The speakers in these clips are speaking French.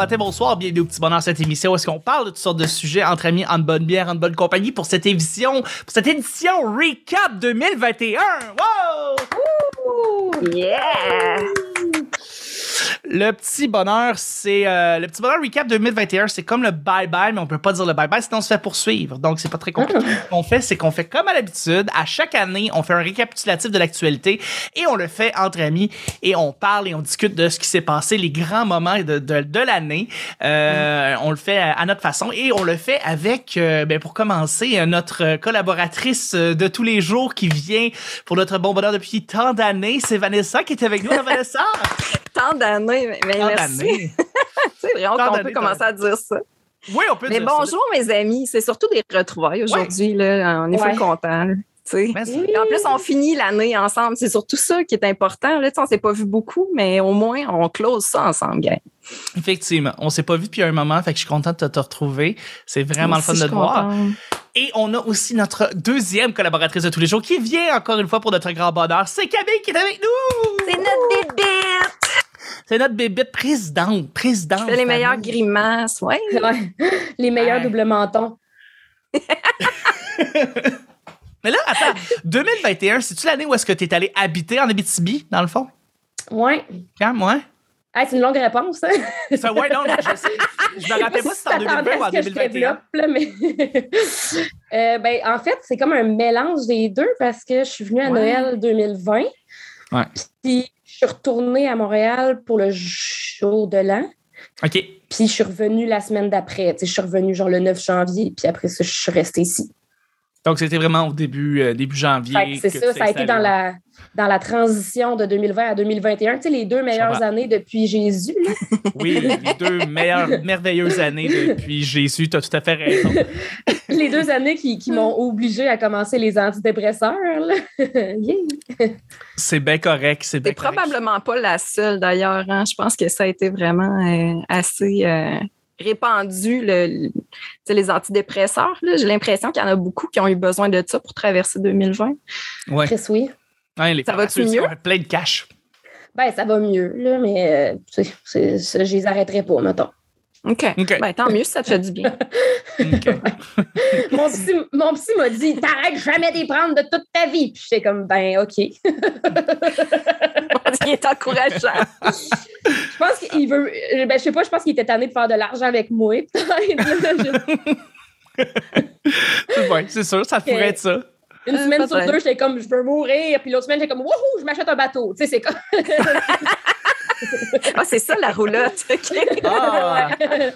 matin, bonsoir, bienvenue au Petit Bonheur, cette émission où est-ce qu'on parle de toutes sortes de sujets entre amis, en bonne bière, en bonne compagnie pour cette édition Recap 2021. Wow! Ouh, yeah! Le Petit Bonheur, c'est le Petit Bonheur Recap 2021, c'est comme le bye-bye, mais on peut pas dire le bye-bye, sinon on se fait poursuivre. Donc, c'est pas très compliqué. Ce qu'on fait, c'est qu'on fait comme à l'habitude. À chaque année, on fait un récapitulatif de l'actualité et on le fait entre amis et on parle et on discute de ce qui s'est passé, les grands moments de l'année. On le fait à notre façon et on le fait avec, pour commencer, notre collaboratrice de tous les jours qui vient pour notre bon bonheur depuis tant d'années. C'est Vanessa qui est avec nous. Vanessa! Tant d'années, mais merci. C'est vrai, on peut commencer à dire ça. Oui, on peut dire ça. Mais bonjour, mes amis. C'est surtout des retrouvailles aujourd'hui. Là. On est full contents. Oui. En plus, on finit l'année ensemble. C'est surtout ça qui est important. Là, on ne s'est pas vu beaucoup, mais au moins, on close ça ensemble, gang. Effectivement. On ne s'est pas vu depuis un moment, fait que je suis contente de te retrouver. C'est vraiment le fun de te voir. Et on a aussi notre deuxième collaboratrice de tous les jours qui vient encore une fois pour notre grand bonheur. C'est Camille qui est avec nous! C'est notre bébête! C'est notre bébête présidente. Je fais les meilleures grimaces, ouais. Les meilleurs double mentons. Mais là, attends, 2021, c'est-tu l'année où est-ce que tu es allé habiter en Abitibi, dans le fond? Ouais. Quand, moi? Hey, c'est une longue réponse, hein? Ça, ouais, non, je sais. Je me rappelle pas si c'était en 2020 ou en 2021. En fait, c'est comme un mélange des deux parce que je suis venue à Noël 2020. Ouais. Puis je suis retournée à Montréal pour le jour de l'an. OK. Puis je suis revenue la semaine d'après. Je suis revenue genre le 9 janvier. Puis après ça, je suis restée ici. Donc, c'était vraiment au début janvier. C'est ça, ça a été dans la transition de 2020 à 2021. Tu sais, les deux meilleures années depuis Jésus. Là. Oui, les deux merveilleuses années depuis Jésus. Tu as tout à fait raison. Les 2 années qui m'ont obligée à commencer les antidépresseurs. Là. Yeah. C'est bien correct. C'est probablement pas la seule, d'ailleurs. Hein. Je pense que ça a été vraiment assez... répandu les antidépresseurs. Là. J'ai l'impression qu'il y en a beaucoup qui ont eu besoin de ça pour traverser 2020. Ouais. Très oui. Ouais, ça va-tu mieux? Plein de cash. Ben, ça va mieux, là, mais je les arrêterai pas, mettons. OK. Ben, tant mieux si ça te fait du bien. Okay. Mon psy m'a dit « T'arrêtes jamais d'y prendre de toute ta vie. » Puis j'étais comme « Ben, OK. » Il est encourageant. Je pense qu'il veut... je sais pas, je pense qu'il était tanné de faire de l'argent avec moi. Ouais, c'est sûr, ça pourrait être ça. Une semaine sur 2, j'étais comme « Je veux mourir. » Puis l'autre semaine, j'étais comme « Wouhou, je m'achète un bateau. » Tu sais, c'est comme... c'est ça, la roulotte. Okay. Ah!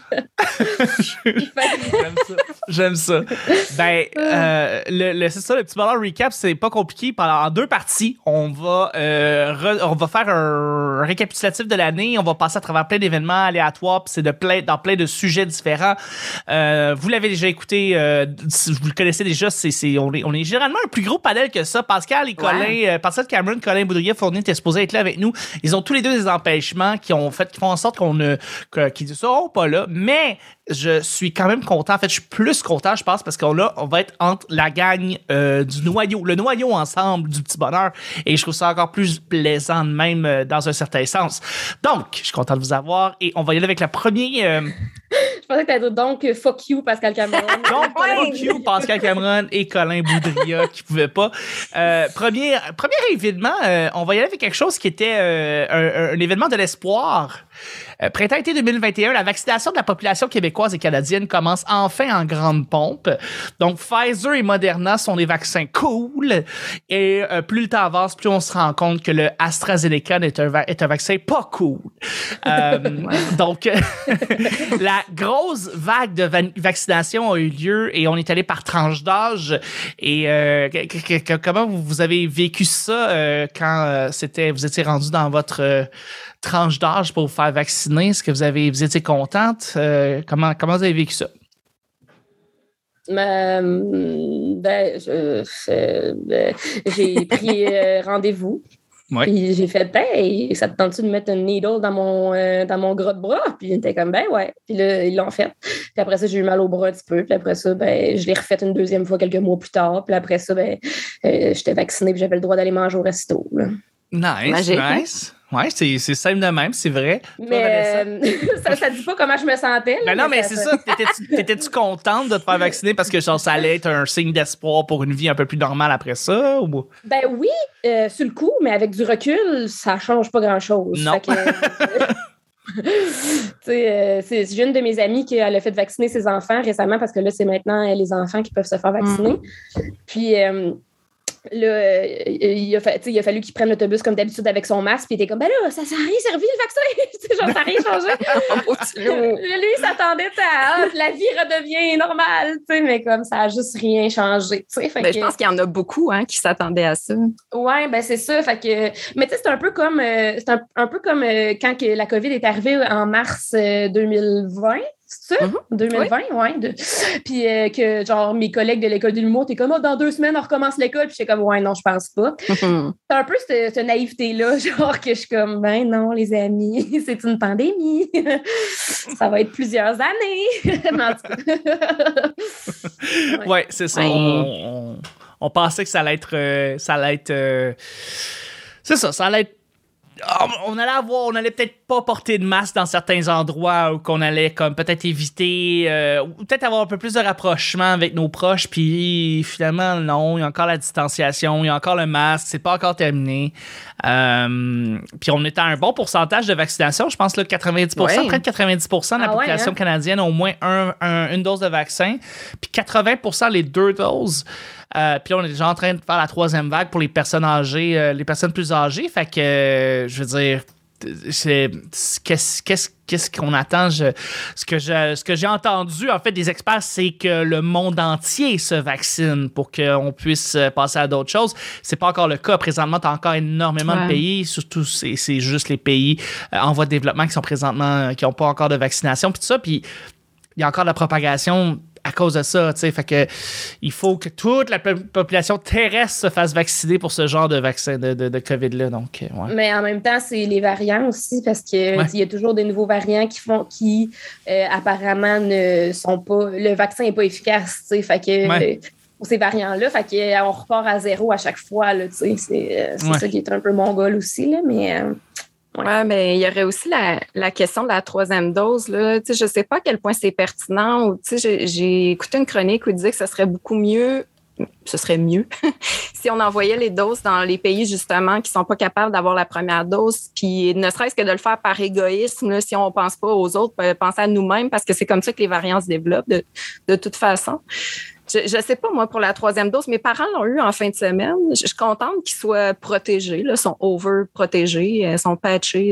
J'aime ça. Ben, c'est ça, le petit bonheur recap, c'est pas compliqué. En 2 parties, on va faire un récapitulatif de l'année. On va passer à travers plein d'événements aléatoires, puis c'est dans plein de sujets différents. Vous l'avez déjà écouté, vous le connaissez déjà, on est généralement un plus gros panel que ça. Pascal et Colin, Pascal Cameron, Colin Boudria-Fournier étaient supposés être là avec nous. Ils ont tous les deux des empêchements qui font en sorte qu'ils ne seront pas là, mais je suis quand même content. En fait, je suis plus content, je pense, parce qu'on va être entre la gang du noyau, le noyau ensemble du petit bonheur, et je trouve ça encore plus plaisant de même dans un certain sens. Donc, je suis content de vous avoir, et on va y aller avec la première... Je pensais que tu allais dire donc fuck you Pascal Cameron. Donc fuck you Pascal Cameron et Colin Boudria qui pouvaient pas. Premier événement, on va y aller avec quelque chose qui était un événement de l'espoir. Printemps-été 2021, la vaccination de la population québécoise et canadienne commence enfin en grande pompe. Donc, Pfizer et Moderna sont des vaccins cool. Et plus le temps avance, plus on se rend compte que le AstraZeneca est un vaccin pas cool. Donc, la grosse vague de vaccination a eu lieu et on est allé par tranche d'âge. Et comment vous avez vécu ça quand vous étiez rendu dans votre... tranche d'âge pour vous faire vacciner? Est-ce que vous étiez contente? Comment vous avez vécu ça? J'ai pris rendez-vous. Ouais. Puis j'ai fait, hey, ça te tente-tu de mettre une needle dans mon gras de bras? Puis j'étais comme, ben ouais. Puis là, ils l'ont fait. Puis après ça, j'ai eu mal au bras un petit peu. Puis après ça, je l'ai refait une deuxième fois quelques mois plus tard. Puis après ça, j'étais vaccinée puis j'avais le droit d'aller manger au resto. Là. Nice, Magique, nice. Ouais, c'est simple de même, c'est vrai. Mais ça dit pas comment je me sentais. Là, ben non, mais c'est ça. T'étais-tu contente de te faire vacciner parce que genre, ça allait être un signe d'espoir pour une vie un peu plus normale après ça? Ou... Ben oui, sur le coup, mais avec du recul, ça change pas grand-chose. Non. J'ai une de mes amies qui a fait vacciner ses enfants récemment parce que là, c'est maintenant les enfants qui peuvent se faire vacciner. Puis là, il a fallu qu'il prenne l'autobus comme d'habitude avec son masque, puis il était comme, ben là, ça n'a rien servi le vaccin, genre, ça n'a rien changé. Lui, il s'attendait à la vie redevient normale, mais comme ça n'a juste rien changé. Je pense qu'il y en a beaucoup qui s'attendaient à ça. Oui, ben c'est ça. Fait que, mais tu sais, c'est un peu comme, quand que la COVID est arrivée en mars 2020. C'est ça? 2020, oui. Puis que, genre, mes collègues de l'école de l'humour, t'es comme, dans 2 semaines, on recommence l'école. Puis j'étais comme, ouais, non, je pense pas. C'est un peu cette naïveté-là, genre, que je suis comme, ben non, les amis, c'est une pandémie. Ça va être plusieurs années. Ouais, c'est ça. On pensait que ça allait être... c'est ça allait être... On allait peut-être pas porter de masque dans certains endroits ou qu'on allait comme peut-être éviter ou peut-être avoir un peu plus de rapprochement avec nos proches, puis finalement non, il y a encore la distanciation, il y a encore le masque, c'est pas encore terminé. Puis on est à un bon pourcentage de vaccination, je pense là 90%, près de 90% de la population canadienne a au moins une dose de vaccin, puis 80% les 2 doses. Puis là, on est déjà en train de faire la 3e vague pour les personnes âgées, les personnes plus âgées. Fait que, je veux dire, qu'est-ce qu'on attend? Ce que j'ai entendu, en fait, des experts, c'est que le monde entier se vaccine pour qu'on puisse passer à d'autres choses. C'est pas encore le cas. Présentement, tu as encore énormément de pays, surtout c'est juste les pays en voie de développement qui n'ont pas encore de vaccination, puis tout ça. Puis il y a encore de la propagation à cause de ça, tu sais, fait que il faut que toute la population terrestre se fasse vacciner pour ce genre de vaccin de COVID-là, donc ouais. Mais en même temps, c'est les variants aussi, parce que il y a toujours des nouveaux variants qui apparemment ne sont pas, le vaccin n'est pas efficace, tu sais, fait que pour ces variants-là, fait qu'on repart à zéro à chaque fois, là, tu sais, c'est ça qui est un peu mongol aussi, là, mais... Oui, mais il y aurait aussi la question de la 3e dose. Là. Je ne sais pas à quel point c'est pertinent. Ou, j'ai écouté une chronique où il disait que ce serait mieux si on envoyait les doses dans les pays, justement, qui ne sont pas capables d'avoir la première dose. Puis ne serait-ce que de le faire par égoïsme, là, si on ne pense pas aux autres, penser à nous-mêmes, parce que c'est comme ça que les variants se développent de toute façon. Je sais pas, moi, pour la 3e dose, mes parents l'ont eu en fin de semaine. Je suis contente qu'ils soient protégés, là, sont over-protégés, sont patchés,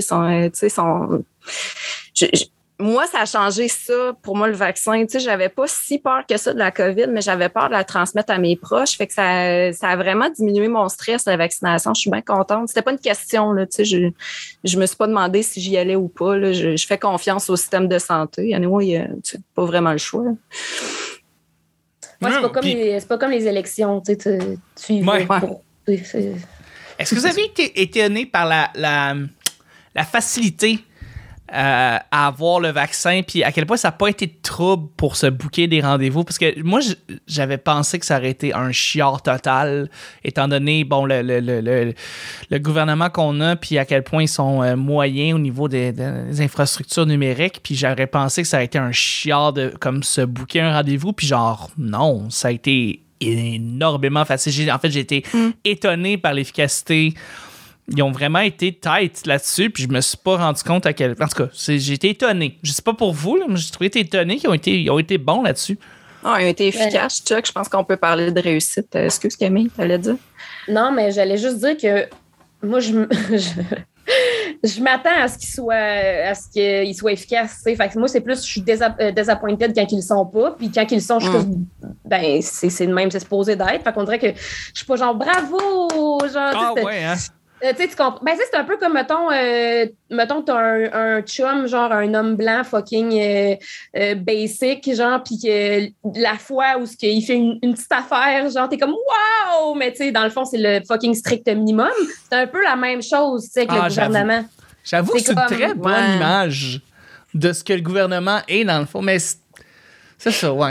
moi, ça a changé ça. Pour moi, le vaccin, j'avais pas si peur que ça de la COVID, mais j'avais peur de la transmettre à mes proches. Fait que ça a vraiment diminué mon stress, la vaccination. Je suis bien contente. C'était pas une question, là, je me suis pas demandé si j'y allais ou pas, là. Je fais confiance au système de santé. Anyway, c'est pas vraiment le choix. Moi, c'est pas comme les élections, tu y vas pour... Est-ce que vous avez été étonné par la facilité à avoir le vaccin, puis à quel point ça n'a pas été de trouble pour se booker des rendez-vous? Parce que moi, j'avais pensé que ça aurait été un chiard total, étant donné le gouvernement qu'on a, puis à quel point ils sont moyens au niveau des infrastructures numériques, puis j'aurais pensé que ça aurait été un chiard de comme se booker un rendez-vous, puis genre, non, ça a été énormément facile. En fait, j'ai été étonné par l'efficacité. Ils ont vraiment été tight là-dessus, puis je me suis pas rendu compte à quel... En tout cas, j'ai été étonné. Je sais pas pour vous, là, mais j'ai trouvé étonné qu'ils ont été bons là-dessus. Ils ont été efficaces, Chuck. Je pense qu'on peut parler de réussite. Excuse, Camille, t'allais dire? Non, mais j'allais juste dire que moi, je m'attends à ce qu'ils soient efficaces. Fait que moi, c'est plus, je suis disappointed quand ils le sont pas. Puis quand ils le sont, je suis ben, c'est de même, c'est supposé d'être. Fait qu'on dirait que je suis pas genre bravo. Genre, tu comprends. Ben, c'est un peu comme, mettons que t'as un chum, genre un homme blanc fucking basic, genre, puis que la fois où il fait une petite affaire, genre, t'es comme wow! Mais tu sais, dans le fond, c'est le fucking strict minimum. C'est un peu la même chose, tu sais, avec le gouvernement. J'avoue que c'est une très bonne image de ce que le gouvernement est, dans le fond, mais c'est ça, ouais.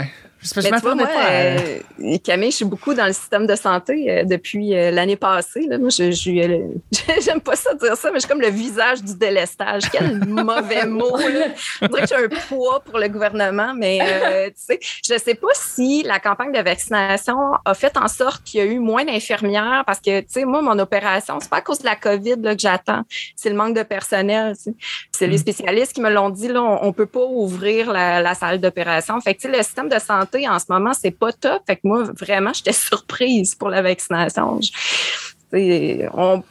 Je m'attendais pas Camille, je suis beaucoup dans le système de santé depuis l'année passée. Là. Moi, j'aime pas ça dire ça, mais je suis comme le visage du délestage. Quel mauvais mot. Là. Je dirais que j'ai un poids pour le gouvernement, mais je sais pas si la campagne de vaccination a fait en sorte qu'il y a eu moins d'infirmières parce que, moi, mon opération, c'est pas à cause de la COVID là, que j'attends. C'est le manque de personnel. C'est les spécialistes qui me l'ont dit, là, on peut pas ouvrir la salle d'opération. Fait que, le système de santé, en ce moment, c'est pas top. Fait que moi, vraiment, j'étais surprise pour la vaccination. C'est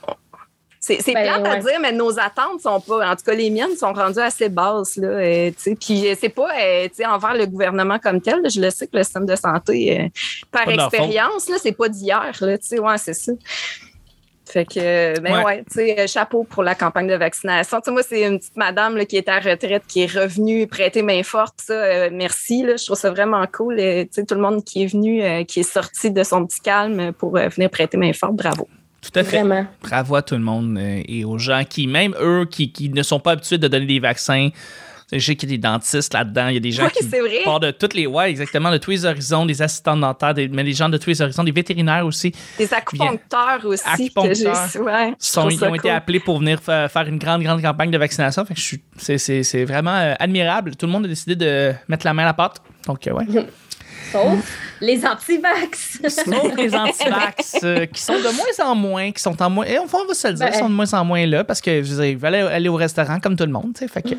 plate à dire, mais nos attentes sont pas... En tout cas, les miennes sont rendues assez basses. Là, puis c'est pas envers le gouvernement comme tel. Là, je le sais que le système de santé, par expérience, là, c'est pas d'hier. Là, c'est ça. Fait que, chapeau pour la campagne de vaccination. Moi, c'est une petite madame là, qui est à retraite, qui est revenue prêter main forte. Ça, merci. Là, je trouve ça vraiment cool. Tout le monde qui est venu, qui est sorti de son petit calme pour venir prêter main forte, bravo. Tout à fait. Vraiment. Bravo à tout le monde et aux gens qui, même eux, qui ne sont pas habitués de donner des vaccins. Je sais qu'il y a des dentistes là-dedans, il y a des gens qui partent de toutes les... Oui, exactement, de tous les horizons, des assistants dentaires, mais des gens de tous les horizons, des vétérinaires aussi. Des acupuncteurs aussi. Ils ont été appelés pour venir faire une grande campagne de vaccination. Fait que c'est vraiment admirable. Tout le monde a décidé de mettre la main à la pâte. Donc, ouais. Sauf les anti-vax. Sauf les anti-vax qui sont de moins en moins, et on va se le dire, ils sont de moins en moins là parce que ils veulent aller au restaurant comme tout le monde. Fait que,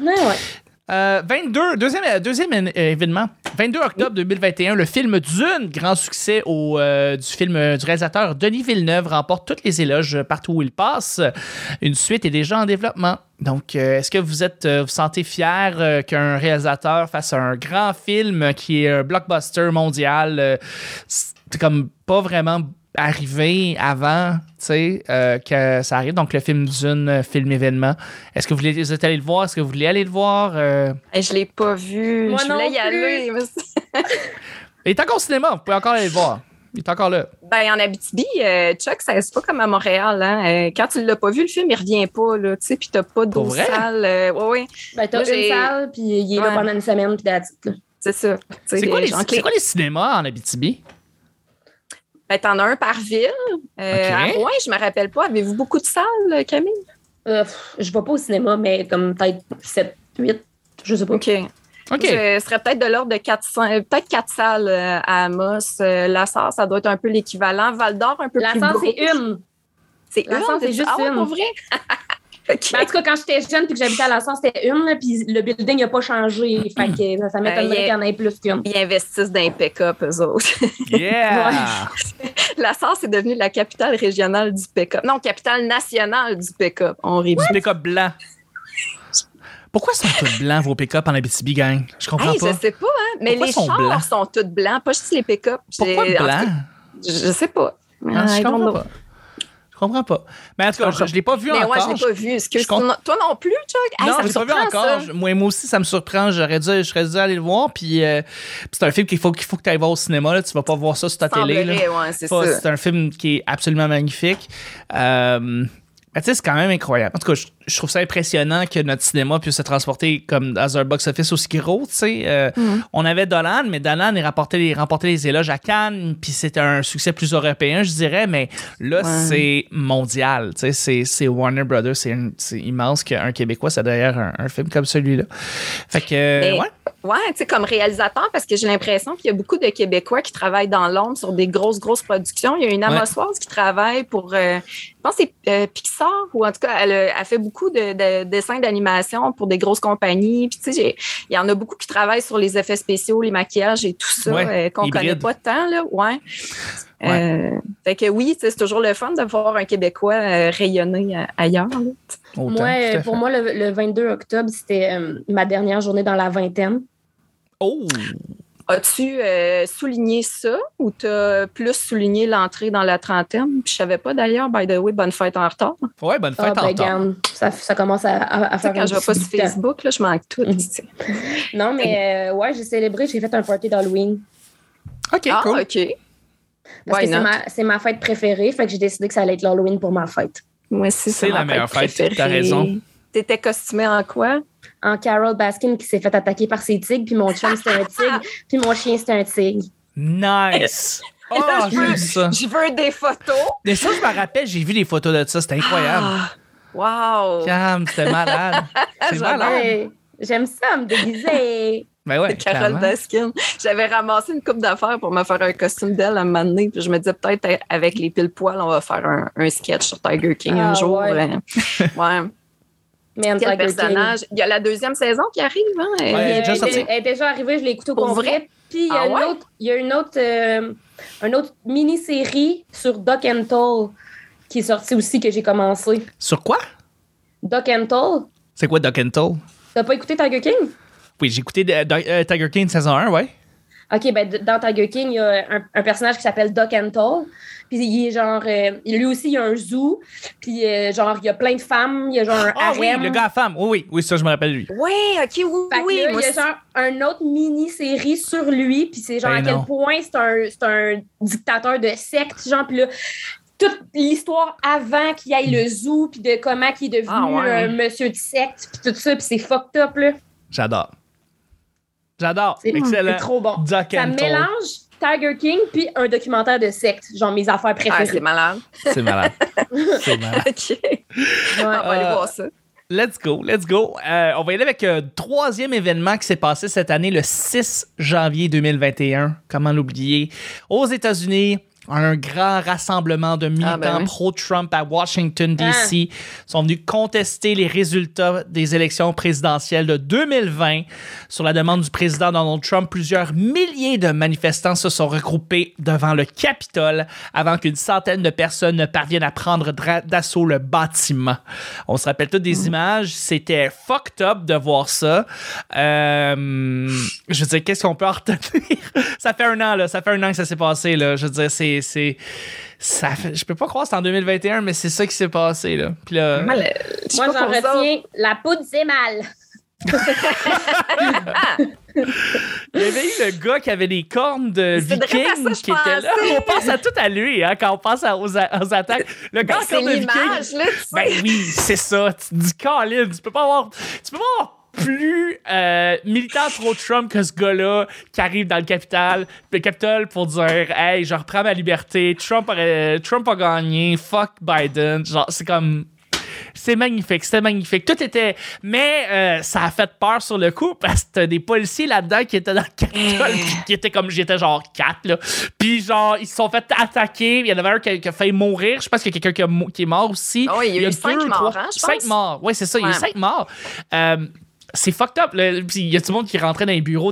22, deuxième événement, 22 octobre 2021, le film Dune, grand succès du film du réalisateur Denis Villeneuve, remporte tous les éloges partout où il passe. Une suite est déjà en développement. Donc, est-ce que vous sentez fier qu'un réalisateur fasse un grand film qui est un blockbuster mondial? C'est comme pas vraiment arrivé avant, que ça arrive. Donc, le film Dune, film événement. Est-ce que vous êtes allé le voir? Est-ce que vous voulez aller le voir? Je l'ai pas vu. Moi je voulais y aller. Il est encore au cinéma. Vous pouvez encore aller le voir. Il est encore là. En Abitibi, Chuck, c'est pas comme à Montréal. Hein? Quand tu l'as pas vu, le film, il revient pas. Puis t'as pas d'autres salles. T'as une salle, puis il est là pendant une semaine, puis that's it. C'est ça. C'est quoi les cinémas en Abitibi? T'en as un par ville. À Rouen, je me rappelle pas. Avez-vous beaucoup de salles, Camille? Je vais pas au cinéma, mais comme peut-être 7, 8, je sais pas. OK. Je serais peut-être de l'ordre de 400, peut-être 4 salles à Amos. Lassar, ça doit être un peu l'équivalent. Val-d'Or, un peu plus gros. Lassar, c'est une. C'est Lassar, c'est juste une. Pour vrai? Okay. En tout cas, quand j'étais jeune et que j'habitais à Lassar, c'était une, puis le building n'a pas changé. Fait que ça m'étonnerait qu'il y en ait plus qu'une. Ils investissent dans les pick-up, eux autres. Yeah! Lassar, c'est devenu la capitale régionale du pick-up. Non, capitale nationale du pick-up. On rit. Du pick-up blanc. Pourquoi sont tous blancs, vos pick-up en Abitibi, gang? Je comprends pas. Je sais pas, hein? Mais pourquoi les chars sont tous blancs, pas juste les pick-up. Pourquoi blanc? Je sais pas. Je comprends pas. Je comprends pas. Mais en tout cas, je l'ai pas vu encore. Mais moi, je l'ai pas vu. Toi non plus, Chuck? Non, je l'ai pas vu encore. Moi aussi, ça me surprend. Je serais dû aller le voir. Puis c'est un film qu'il faut que tu ailles voir au cinéma. Là. Tu vas pas voir ça sur ta télé. C'est un film qui est absolument magnifique. C'est quand même incroyable. En tout cas, je trouve ça impressionnant que notre cinéma puisse se transporter comme dans un box-office aussi gros. On avait Dolan, mais Dolan remportait les éloges à Cannes, puis c'était un succès plus européen, je dirais, mais là, c'est mondial. C'est Warner Brothers, c'est immense qu'un Québécois, c'est derrière un film comme celui-là. Fait que, comme réalisateur, parce que j'ai l'impression qu'il y a beaucoup de Québécois qui travaillent dans l'ombre sur des grosses productions. Il y a une Amossoise qui travaille pour, je pense que c'est Pixar, ou en tout cas, elle fait beaucoup de dessins d'animation pour des grosses compagnies. Puis, il y en a beaucoup qui travaillent sur les effets spéciaux, les maquillages et tout ça, qu'on connaît pas tant, là. Fait que oui, c'est toujours le fun de voir un Québécois rayonner ailleurs. Pour moi, le 22 octobre, c'était ma dernière journée dans la vingtaine. Oh! As-tu souligné ça ou t'as plus souligné l'entrée dans la trentaine? Puis je savais pas d'ailleurs, by the way, bonne fête en retard. Ouais, bonne fête en retard. Ça commence à faire quand je vais pas sur Facebook, là, je manque tout. Non, mais j'ai célébré, j'ai fait un party d'Halloween. OK, cool. OK. Parce que c'est ma fête préférée, fait que j'ai décidé que ça allait être l'Halloween pour ma fête. Moi aussi, c'est la meilleure fête, t'as raison. T'étais costumée en quoi? En Carol Baskin qui s'est fait attaquer par ses tigres, puis mon chum, c'était un tigre, puis mon chien, c'était un tigre. Nice! Oh, j'aime ça. Je veux des photos. Mais ça, je me rappelle, j'ai vu des photos de ça. C'était incroyable. Wow! Calme, c'était malade. C'est malade. Hey, j'aime ça, me déguiser. Ben ouais, Carole clairement. Baskin. J'avais ramassé une coupe d'affaires pour me faire un costume d'elle à un moment donné. Puis je me disais peut-être avec les pile-poils, on va faire un sketch sur Tiger King un jour. Ouais. Ouais. Man, Quel Tiger personnage. King. Il y a la deuxième saison qui arrive. Hein? Ouais, déjà sorti. Elle est déjà arrivée, je l'ai écoutée au Pour complet. vrai? Puis il y a une autre mini-série sur Doc and Toll qui est sortie aussi que j'ai commencé. Sur quoi? Doc and Toll. C'est quoi Doc and Toll? T'as pas écouté Tiger King? Oui, j'ai écouté Tiger King saison 1, ouais. OK, ben dans Tiger King, il y a un personnage qui s'appelle Doc and Toll. Puis il est genre... lui aussi, il a un zoo. Puis genre, il y a plein de femmes. Il y a genre un Ah oui, harem. le gars à femme. Oui, ça, je me rappelle lui. Oui, OK, Fait que oui. là, Moi, il y a genre un autre mini-série sur lui, puis c'est genre Ben à quel non. point c'est un dictateur de secte, genre, puis là, toute l'histoire avant qu'il aille le zoo, puis de comment il est devenu Ah ouais. un monsieur de secte, puis tout ça, puis c'est fucked up, là. J'adore. C'est Excellent. trop bon. Doc Ça and Toll. mélange Tiger King puis un documentaire de secte, genre mes affaires Ah, c'est préférées. malade. C'est malade. C'est malade. OK. On va aller voir ça. Let's go. On va y aller avec un troisième événement qui s'est passé cette année, le 6 janvier 2021. Comment l'oublier? Aux États-Unis, un grand rassemblement de militants oui. pro-Trump à Washington, D.C. sont venus contester les résultats des élections présidentielles de 2020. Sur la demande du président Donald Trump, plusieurs milliers de manifestants se sont regroupés devant le Capitole avant qu'une centaine de personnes ne parviennent à prendre d'assaut le bâtiment. On se rappelle toutes des images. C'était fucked up de voir ça. Je veux dire, qu'est-ce qu'on peut en retenir? Ça fait un an, là. Ça fait un an que ça s'est passé, là. Je veux dire, je peux pas croire que c'est en 2021, mais c'est ça qui s'est passé, là. Puis là, Moi, j'en retiens, la poudre, c'est mal. il y avait eu le gars qui avait des cornes de C'est vrai, viking à ça, je qui était là. pensais. On pense à tout à lui, hein, quand on pense aux attaques. Le gars en C'est cornes de l'image, viking. là, tu sais. Ben oui, c'est ça. Tu te dis, Colin, tu peux pas avoir plus militant pro-Trump que ce gars-là qui arrive dans le Capitole pour dire « Hey, je reprends ma liberté, Trump a gagné, fuck Biden ». Genre, c'est comme... C'est magnifique, c'était magnifique. Tout était... Mais ça a fait peur sur le coup parce que t'as des policiers là-dedans qui étaient dans le Capitole qui étaient comme... J'étais genre 4, là. Puis genre, ils se sont fait attaquer. Il y en avait un qui a failli mourir. Je pense qu'il y a quelqu'un qui est mort aussi. Ah oui, il y a eu 5 morts, hein, je pense. 5 morts. Oui, c'est ça, il y a eu Ouais. 5 morts. C'est fucked up. Là. Puis il y a tout le monde qui rentrait dans les bureaux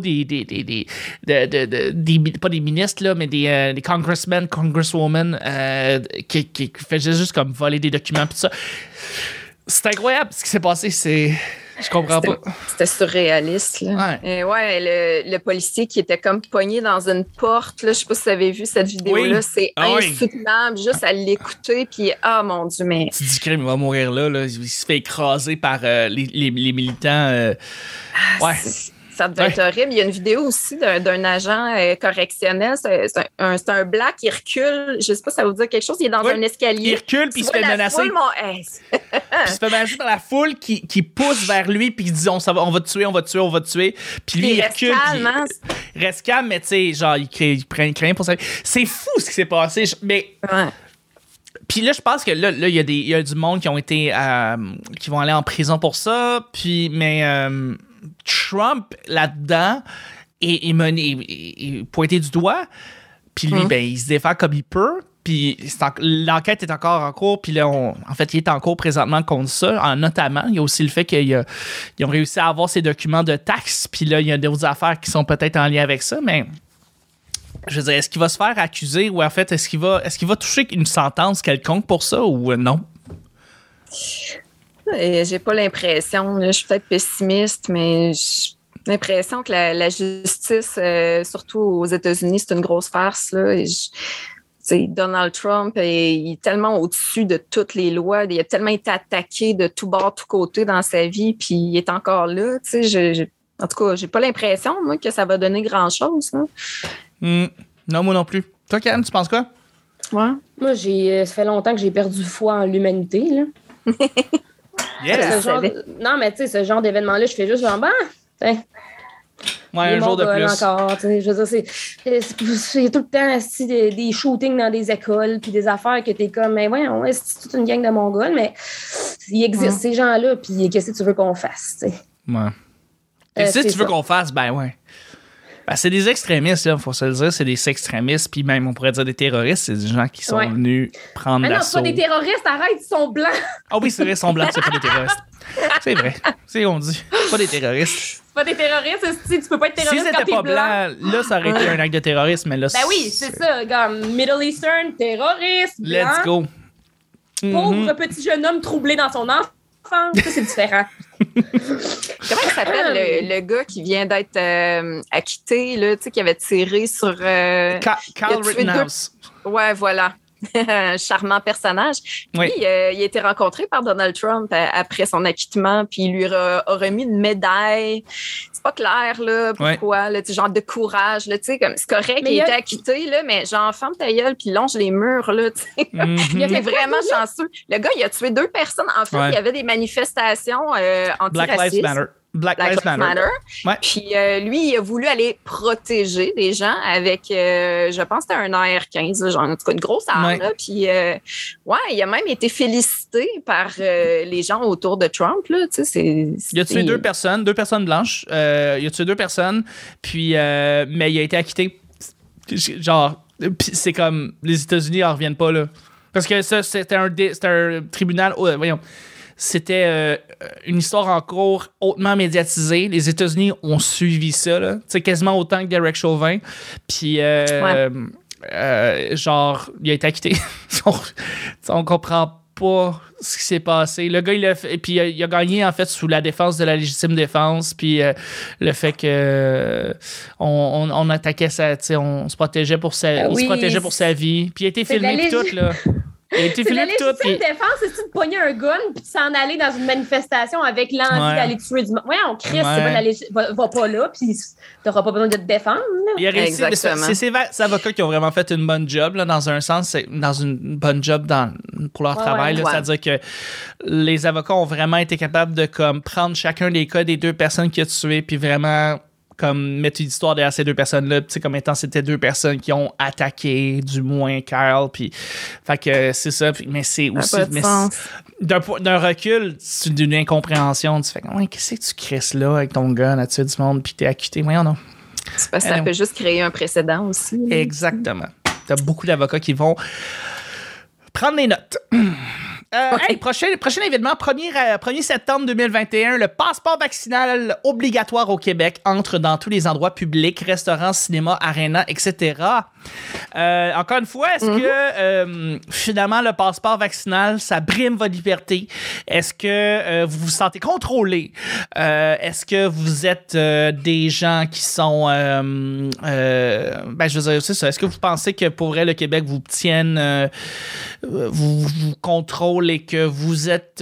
pas des ministres, là, mais des congressmen, congresswomen qui faisaient juste comme voler des documents pis tout ça. C'est incroyable ce qui s'est passé. Je comprends pas. C'était surréaliste. Là. Ouais. Le policier qui était comme pogné dans une porte. Là, je sais pas si vous avez vu cette vidéo-là. Oui. C'est Oui. insoutenable juste à l'écouter. Puis, mon Dieu, mais... Tu dis crime, il va mourir là. Il se fait écraser par les militants. Ouais. Ça devait être horrible. Il y a une vidéo aussi d'un agent correctionnel. C'est un black qui recule. Je sais pas si ça vous dit quelque chose. Il est dans un escalier. Il recule puis il se fait menacer. Puis il se fait menacer par la foule qui pousse vers lui puis il dit on va te tuer. Puis lui, il recule. Il reste calme, mais tu sais, genre, il craint rien pour ça. C'est fou ce qui s'est passé. Mais. Ouais. Puis là, je pense que là, il y a du monde qui ont été. Qui vont aller en prison pour ça. Puis, mais. Trump, là-dedans, est pointé du doigt. Puis lui, ben, il se défend comme il peut. Puis l'enquête est encore en cours. Puis là, en fait, il est en cours présentement contre ça. Notamment, il y a aussi le fait qu'ils ont réussi à avoir ces documents de taxes. Puis là, il y a d'autres affaires qui sont peut-être en lien avec ça. Mais je veux dire, est-ce qu'il va se faire accuser ou en fait, est-ce qu'il va toucher une sentence quelconque pour ça ou non? J'ai pas l'impression, là, je suis peut-être pessimiste, mais j'ai l'impression que la justice, surtout aux États-Unis, c'est une grosse farce. Là, Donald Trump il est tellement au-dessus de toutes les lois, il a tellement été attaqué de tous bords, tous côtés dans sa vie, puis il est encore là. En tout cas, j'ai pas l'impression moi, que ça va donner grand-chose. Non, moi non plus. Toi, Karen, tu penses quoi? Ouais. Moi, ça fait longtemps que j'ai perdu foi en l'humanité, là. Yes. Non, mais tu sais, ce genre d'événement-là, je fais juste genre, un jour de plus. Encore, je veux dire, c'est tout le temps des shootings dans des écoles, puis des affaires que t'es comme, mais voyons, c'est toute une gang de Mongols, mais il existe ces gens-là, puis qu'est-ce que tu veux qu'on fasse, tu sais? Ouais. Qu'est-ce que tu veux qu'on fasse? Ben ouais. Ben, c'est des extrémistes, il faut se le dire, c'est des extrémistes, puis même, on pourrait dire des terroristes, c'est des gens qui sont venus prendre l'assaut. Non, c'est pas des terroristes, arrête, ils sont blancs! Ah oui, c'est vrai, ils sont blancs, c'est pas des terroristes. C'est vrai, c'est on dit, c'est pas des terroristes. C'est pas des terroristes, tu peux pas être terroriste quand t'es blanc. Là, ça aurait été un acte de terrorisme, mais là, ben oui, c'est ça, comme Middle Eastern, terroriste, blanc. Let's go. Pauvre petit jeune homme troublé dans son enfance, ça, c'est différent. Comment il s'appelle le gars qui vient d'être acquitté, là, tu sais, qui avait tiré sur... Kyle Rittenhouse. Ouais, voilà. Un charmant personnage. Oui. Puis, il a été rencontré par Donald Trump après son acquittement, puis il lui a remis une médaille. C'est pas clair, là, pourquoi, là, genre de courage, là, tu sais, comme c'est correct qu'il ait été acquitté, là, mais genre, ferme ta gueule, puis longe les murs, là, tu sais. Il est vraiment chanceux. Le gars, il a tué 2 personnes. En fait, il y avait des manifestations antiracistes. Black Lives Matter. Black Lives Matter. Ouais. Puis lui, il a voulu aller protéger des gens avec, je pense que c'était un AR-15, genre, en tout cas, une grosse arme. Là. Puis, il a même été félicité par les gens autour de Trump. Là. Tu sais, il a tué 2 personnes blanches. Il a tué 2 personnes, puis, mais il a été acquitté. Genre, c'est comme, les États-Unis n'en reviennent pas, là. Parce que ça, c'était un tribunal, voyons. C'était une histoire en cours hautement médiatisée. Les États-Unis ont suivi ça, là. Quasiment autant que Derek Chauvin. Puis, genre, il a été acquitté. On comprend pas ce qui s'est passé. Le gars, il a gagné, en fait, sous la défense de la légitime défense. Puis, le fait que on attaquait on se protégeait pour sa vie. Puis, il a été filmé, puis tout, là. C'est la légitime défense, c'est-tu de pogner un gun puis de s'en aller dans une manifestation avec l'envie d'aller tuer du monde? Ouais, on crie, c'est pas la va pas là, puis t'auras pas besoin de te défendre. Là. Il a réussi, c'est ces avocats qui ont vraiment fait une bonne job, là, dans un sens, dans une bonne job pour leur travail. Là, c'est-à-dire que les avocats ont vraiment été capables de comme, prendre chacun des cas des 2 personnes qu'il a tuées, puis vraiment... comme mettre une histoire derrière ces 2 personnes-là, tu sais, comme étant c'était 2 personnes qui ont attaqué, du moins Kyle, puis fait que c'est ça, mais c'est aussi d'un recul, c'est d'une incompréhension, tu fais ouais, qu'est-ce que tu crisses là avec ton gun à tuer du monde, puis t'es acquitté, voyons non. C'est parce que ça peut juste créer un précédent aussi. Là. Exactement. T'as beaucoup d'avocats qui vont prendre des notes. Hey, prochain événement, 1er septembre 2021, le passeport vaccinal obligatoire au Québec entre dans tous les endroits publics, restaurants, cinéma, arénas, etc. Encore une fois, est-ce que finalement le passeport vaccinal, ça brime votre liberté? Est-ce que vous vous sentez contrôlé? Est-ce que vous êtes des gens qui sont... je veux dire, c'est ça. Est-ce que vous pensez que pour vrai, le Québec vous tienne... vous contrôle et que vous êtes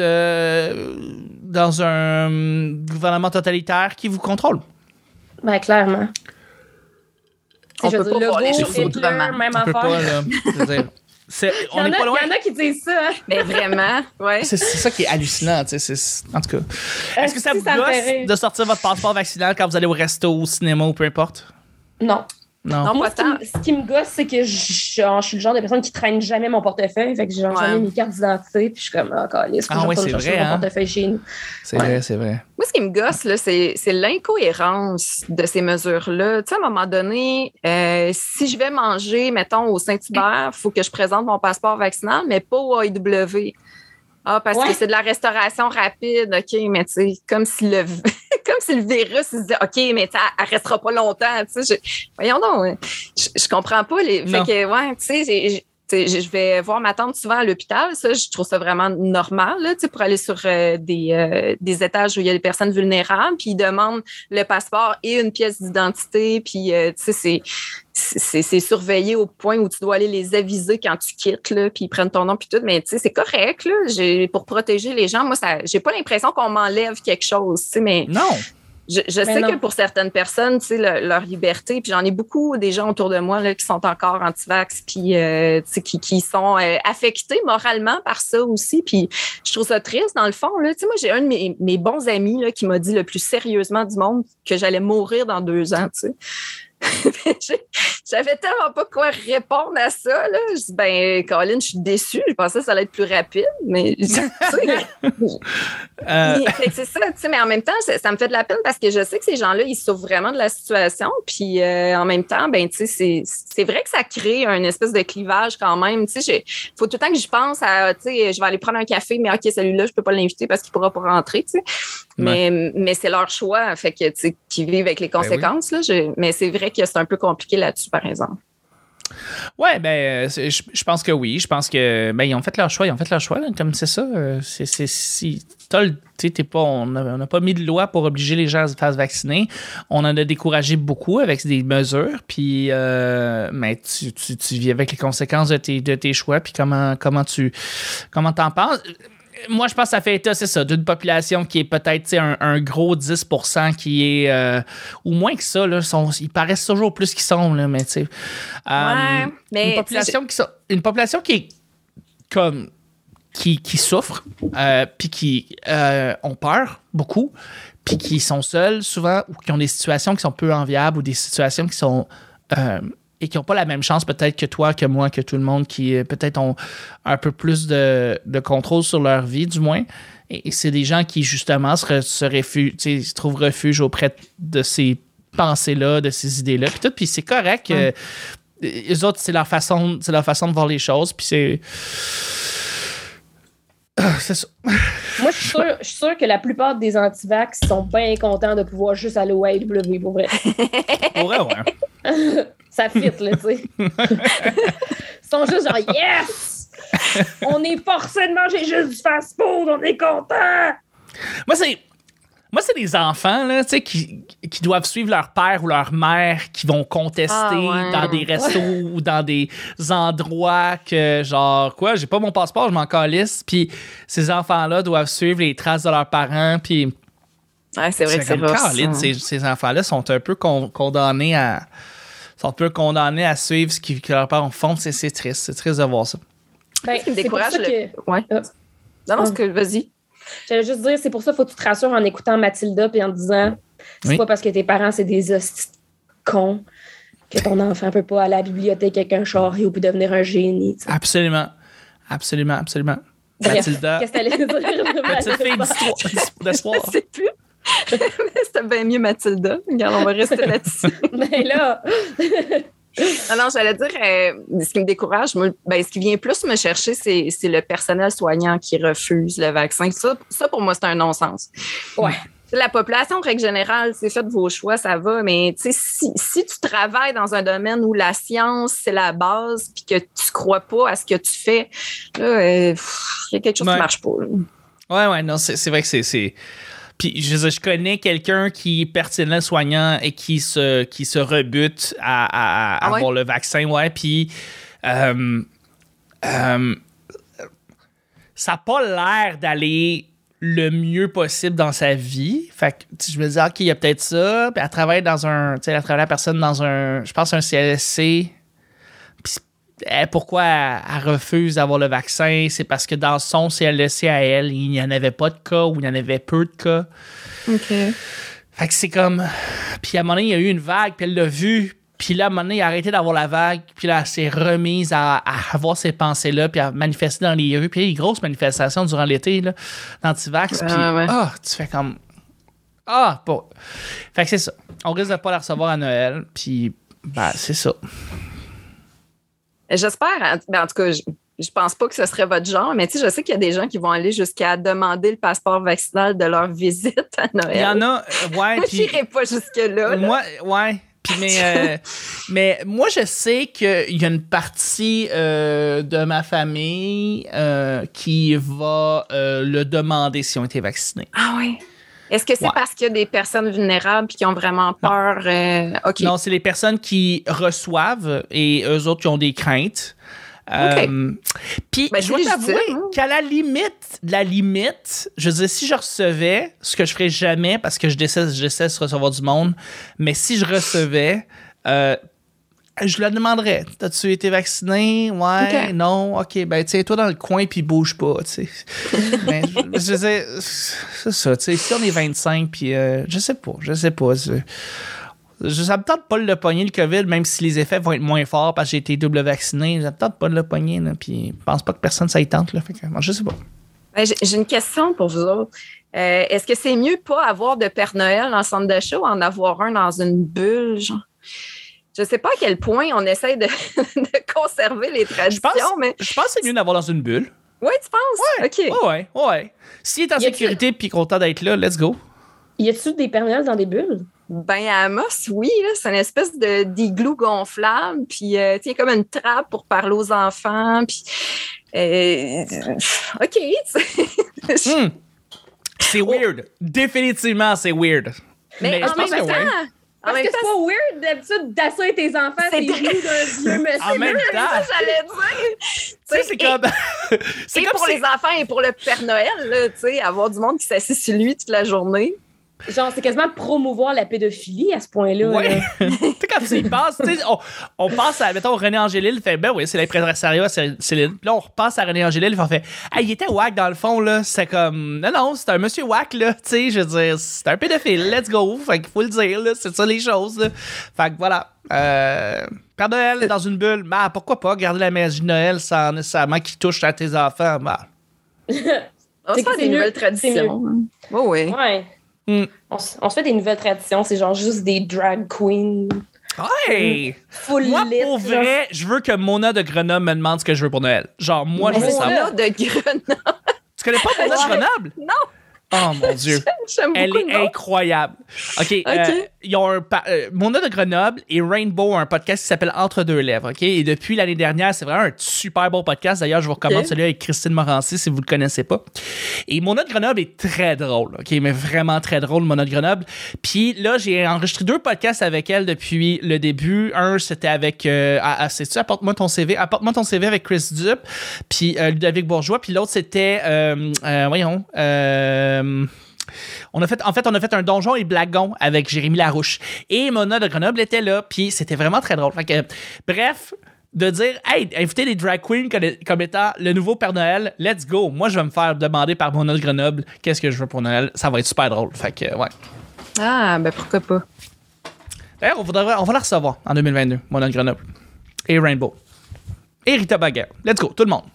dans un gouvernement totalitaire qui vous contrôle? Ben, clairement. On peut pas voir les choses autrement. Même on peut pas, là. On n'est pas loin. Il y en a qui disent ça. Mais vraiment, ouais. C'est ça qui est hallucinant. En tout cas, est-ce que ça vous gosse de sortir votre passeport vaccinal quand vous allez au resto, au cinéma ou peu importe? Non. Non, moi, ce qui me gosse, c'est que je suis le genre de personne qui traîne jamais mon portefeuille. Fait que j'ai jamais mes cartes d'identité. Puis je suis comme, c'est vrai, mon portefeuille chez nous. C'est vrai. Moi, ce qui me gosse, là, c'est l'incohérence de ces mesures-là. Tu sais, à un moment donné, si je vais manger, mettons, au Saint-Hubert, il faut que je présente mon passeport vaccinal, mais pas au AEW. Parce que c'est de la restauration rapide, OK, mais tu sais, comme si le virus, il se disait, OK, mais elle restera pas longtemps, tu sais. Voyons donc, je comprends pas. Fait que, tu sais, je vais voir ma tante souvent à l'hôpital. Ça, je trouve ça vraiment normal, là, pour aller sur des étages où il y a des personnes vulnérables, puis ils demandent le passeport et une pièce d'identité, puis, tu sais, c'est surveillé au point où tu dois aller les aviser quand tu quittes, là, puis ils prennent ton nom, puis tout. Mais, tu sais, c'est correct, là. Pour protéger les gens, moi, j'ai pas l'impression qu'on m'enlève quelque chose, tu sais, mais... Non! Je sais que pour certaines personnes, tu sais, leur liberté, puis j'en ai beaucoup des gens autour de moi là, qui sont encore anti-vax, puis qui sont affectés moralement par ça aussi. Puis je trouve ça triste, dans le fond. Là. Tu sais, moi, j'ai un de mes bons amis là, qui m'a dit le plus sérieusement du monde que j'allais mourir dans 2 ans, tu sais. J'avais tellement pas quoi répondre à ça. Là. Je dis, ben, Colin, je suis déçue. Je pensais que ça allait être plus rapide, mais c'est ça, tu sais, mais en même temps, ça me fait de la peine parce que je sais que ces gens-là, ils souffrent vraiment de la situation. Puis en même temps, ben, tu sais, c'est vrai que ça crée un espèce de clivage quand même. Tu sais, faut tout le temps que je pense à, tu sais, je vais aller prendre un café, mais OK, celui-là, je peux pas l'inviter parce qu'il pourra pas rentrer, tu sais. Mais c'est leur choix, fait que, tu sais, qu'ils vivent avec les conséquences, là. Mais c'est vrai que c'est un peu compliqué là-dessus, par exemple. Ouais, ben, je pense que oui. Je pense que, ben, ils ont fait leur choix. Là, comme c'est ça. Si on n'a pas mis de loi pour obliger les gens à se faire vacciner. On en a découragé beaucoup avec des mesures. Puis, mais tu vis avec les conséquences de tes choix. Puis comment t'en penses? Moi, je pense que ça fait état, c'est ça, d'une population qui est peut-être un gros 10% qui est... ou moins que ça, là, ils paraissent toujours plus qu'ils sont, là, mais tu sais... mais une population qui est comme... qui souffre, puis qui ont peur beaucoup, puis qui sont seuls souvent, ou qui ont des situations qui sont peu enviables, ou des situations qui sont... et qui n'ont pas la même chance peut-être que toi, que moi, que tout le monde, qui peut-être ont un peu plus de contrôle sur leur vie, du moins. Et c'est des gens qui, justement, se trouvent refuge auprès de ces pensées-là, de ces idées-là. Puis tout, puis c'est correct. Les autres, c'est leur façon de voir les choses. Puis c'est ça. Moi, je suis sûre que la plupart des anti-vax sont bien contents de pouvoir juste aller au AEW, pour vrai. Pour vrai, ouais. Ça fit, là, tu sais. Ils sont juste genre, yes! On est forcés de manger juste du fast-food, on est contents! Moi, c'est des enfants là, qui doivent suivre leur père ou leur mère qui vont contester dans des restos ou dans des endroits que, genre, quoi, j'ai pas mon passeport, je m'en calisse. Puis ces enfants-là doivent suivre les traces de leurs parents. Puis c'est vrai que c'est rough. Ces enfants-là sont un peu condamnés à suivre ce que leurs parents font. C'est triste. C'est triste de voir ça. Ben, ce qui me décourage. Non, vas-y. J'allais juste dire, c'est pour ça qu'il faut que tu te rassures en écoutant Mathilda puis en te disant c'est pas parce que tes parents, c'est des hosties cons que ton enfant peut pas aller à la bibliothèque avec un chariot puis devenir un génie. T'sais. Absolument. Bref, Mathilda. Qu'est-ce que t'allais dire? Petite fille d'espoir. Je sais plus. C'était bien mieux Mathilda. Regarde, on va rester là-dessus. Mais là... Non, j'allais dire, ce qui me décourage, ce qui vient plus me chercher, c'est le personnel soignant qui refuse le vaccin. Ça pour moi, c'est un non-sens. Ouais. La population, en règle générale, c'est fait vos choix, ça va, mais si tu travailles dans un domaine où la science, c'est la base, puis que tu crois pas à ce que tu fais, là, il y a quelque chose qui marche pas. Ouais, non, c'est vrai que c'est... Puis je connais quelqu'un qui est personnel soignant et qui se rebute à avoir le vaccin, puis ça n'a pas l'air d'aller le mieux possible dans sa vie. Fait que je me dis, OK, il y a peut-être ça. Puis elle travaille la personne dans je pense un CLSC. Puis pourquoi elle refuse d'avoir le vaccin? C'est parce que dans son CLSC à elle, il n'y en avait pas de cas ou il y en avait peu de cas. OK. Fait que c'est comme... Puis à un moment donné, il y a eu une vague, puis elle l'a vu. Puis là, à un moment donné, il a arrêté d'avoir la vague. Puis là, elle s'est remise à avoir ces pensées-là, puis à manifester dans les rues. Puis il y a eu des grosses manifestations durant l'été, là, d'anti-vax. Puis tu fais comme... bon. Fait que c'est ça. On risque de pas la recevoir à Noël. Puis, c'est ça. J'espère, en tout cas, je pense pas que ce serait votre genre, mais tu sais, je sais qu'il y a des gens qui vont aller jusqu'à demander le passeport vaccinal de leur visite à Noël. Il y en a, ouais. Moi, j'irai pas jusque-là. Moi, ouais. Puis, mais moi, je sais qu'il y a une partie de ma famille qui va le demander si on été vaccinés. Ah oui. Est-ce que c'est parce qu'il y a des personnes vulnérables et qui ont vraiment peur? OK. Non, c'est les personnes qui reçoivent et eux autres qui ont des craintes. Puis, Ben, je dois c'est t'avouer légitime, hein. qu'à la limite, je veux dire, si je recevais, ce que je ferais jamais parce que je déteste recevoir du monde, mais si je recevais, je le demanderais. T'as-tu été vacciné? Ouais, Ok. non, ok, ben tiens-toi dans le coin puis bouge pas, tu sais. Mais je sais, c'est ça, tu sais, si on est 25 puis je sais pas. Ça me tente pas de le pogner, le COVID, même si les effets vont être moins forts parce que j'ai été double vacciné. Ça me tente pas de le pogner, là, puis je pense pas que personne ça y tente, là. Fait que, je sais pas. Ben, j'ai une question pour vous autres. Est-ce que c'est mieux pas avoir de Père Noël dans le centre d'achat ou en avoir un dans une bulle, genre? Je sais pas à quel point on essaie de, de conserver les traditions, mais... Je pense que c'est mieux d'avoir dans une bulle. Oui, tu penses? OK. Ouais. S'il est en sécurité puis content d'être là, let's go. Y a-tu des Père Noël dans des bulles? Ben, à Amos, oui, là, c'est une espèce d'igloo gonflable, puis tiens, comme une trappe pour parler aux enfants, puis... OK, tu sais. C'est weird. Définitivement, c'est weird. Mais en je pense même que ouais. temps... Parce que c'est pas weird d'habitude d'asseoir tes enfants C'est tes genoux d'un vieux monsieur. En même temps, ça, j'allais dire. tu sais, c'est comme. C'est Et comme pour si- les enfants et pour le Père Noël, là, tu sais, avoir du monde qui s'assied sur lui toute la journée. Genre, c'est quasiment promouvoir la pédophilie à ce point-là. Ouais. là. Tu sais, quand tu y penses, tu sais, on pense à, mettons, René Angélil, fait, ben oui, c'est l'impresario, c'est Céline. Puis là, on repasse à René Angélil, on fait, hey, il était wack dans le fond, là. C'est comme, non, c'est un monsieur wack, là. Tu sais, je veux dire, c'est un pédophile, let's go. Fait qu'il faut le dire, là. C'est ça les choses, là. Fait que voilà. Père Noël dans une bulle, bah, pourquoi pas garder la magie de Noël sans nécessairement qu'il touche à tes enfants, bah. On se fait des nouvelles traditions. Oui, oui. Ouais. On se fait des nouvelles traditions. C'est genre juste des drag queens. Hey! Full Moi, lit, pour genre. vrai, je veux que Mona de Grenoble me demande ce que je veux pour Noël. Genre, moi, je veux Mais savoir. Mona de Grenoble. Tu connais pas Mona de Grenoble? Non. Oh mon Dieu. J'aime Elle beaucoup est le nom. incroyable. OK. Ils ont Mona de Grenoble et Rainbow ont un podcast qui s'appelle Entre deux lèvres. OK? Et depuis l'année dernière, c'est vraiment un super bon podcast. D'ailleurs, je vous recommande celui avec Christine Morancy si vous le connaissez pas. Et Mona de Grenoble est très drôle. OK? Mais vraiment très drôle, Mona de Grenoble. Puis là, j'ai enregistré 2 podcasts avec elle depuis le début. Un, c'était avec c'est-tu Apporte-moi ton CV? Apporte-moi ton CV avec Chris Dupe. Puis Ludovic Bourgeois. Puis l'autre, c'était on a fait un donjon et blagon avec Jérémy Larouche. Et Mona de Grenoble était là, puis c'était vraiment très drôle. Fait que, bref, de dire, hey, inviter les drag queens comme étant le nouveau Père Noël, let's go. Moi, je vais me faire demander par Mona de Grenoble qu'est-ce que je veux pour Noël. Ça va être super drôle. Fait que, ouais. Ah, ben pourquoi pas. D'ailleurs, on va la recevoir en 2022, Mona de Grenoble. Et Rainbow. Et Rita Baguette. Let's go, tout le monde.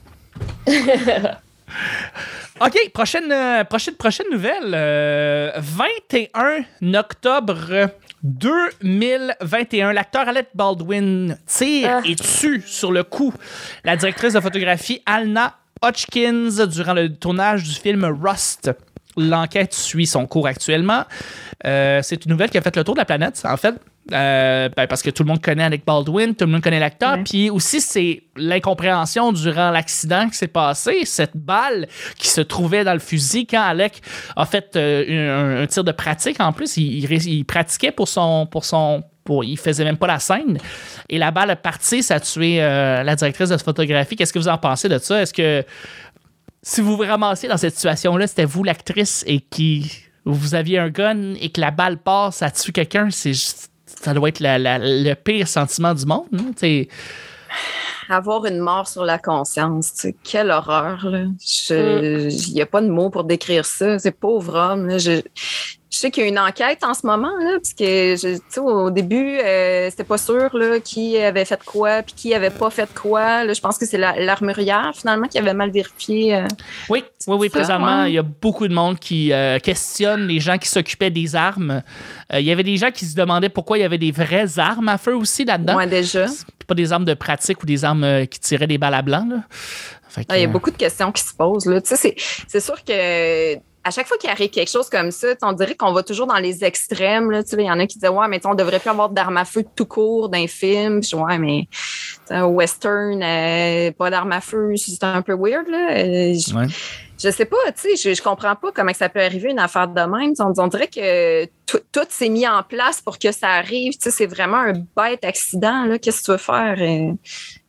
OK, prochaine nouvelle. 21 octobre 2021, l'acteur Alec Baldwin tire et tue sur le coup la directrice de photographie Alna Hodgkins durant le tournage du film Rust. L'enquête suit son cours actuellement. C'est une nouvelle qui a fait le tour de la planète, en fait. Parce que tout le monde connaît Alec Baldwin, tout le monde connaît l'acteur, puis aussi c'est l'incompréhension durant l'accident qui s'est passé, cette balle qui se trouvait dans le fusil quand Alec a fait un tir de pratique. En plus, il pratiquait il faisait même pas la scène et la balle est partie, ça a tué la directrice de photographie. Qu'est-ce que vous en pensez de ça? Est-ce que si vous vous ramassiez dans cette situation-là, c'était vous l'actrice et vous aviez un gun et que la balle passe, ça tue quelqu'un, ça doit être le pire sentiment du monde. Hein? Avoir une mort sur la conscience, tu sais, quelle horreur. Il n'y a pas de mots pour décrire ça. C'est pauvre homme. Là. Je sais qu'il y a une enquête en ce moment, là, parce que tu sais, au début, c'était pas sûr là, qui avait fait quoi puis qui avait pas fait quoi. Là, je pense que c'est l'armurière, finalement, qui avait mal vérifié. Oui, présentement, il y a beaucoup de monde qui questionne les gens qui s'occupaient des armes. Il y avait des gens qui se demandaient pourquoi il y avait des vraies armes à feu aussi là-dedans. Moi, déjà. Pas des armes de pratique ou des armes qui tiraient des balles à blanc. Là. Il y a beaucoup de questions qui se posent. Là. Tu sais, c'est sûr que à chaque fois qu'il arrive quelque chose comme ça, on dirait qu'on va toujours dans les extrêmes. Il y en a qui disent ouais, mais on devrait plus avoir d'armes à feu tout court d'un film. Puis, ouais, mais un western, pas d'armes à feu, c'est un peu weird. Là. Je sais pas, tu sais, je comprends pas comment ça peut arriver une affaire de même. On dirait que tout s'est mis en place pour que ça arrive. Tu sais, c'est vraiment un bête accident. Là. Qu'est-ce que tu veux faire?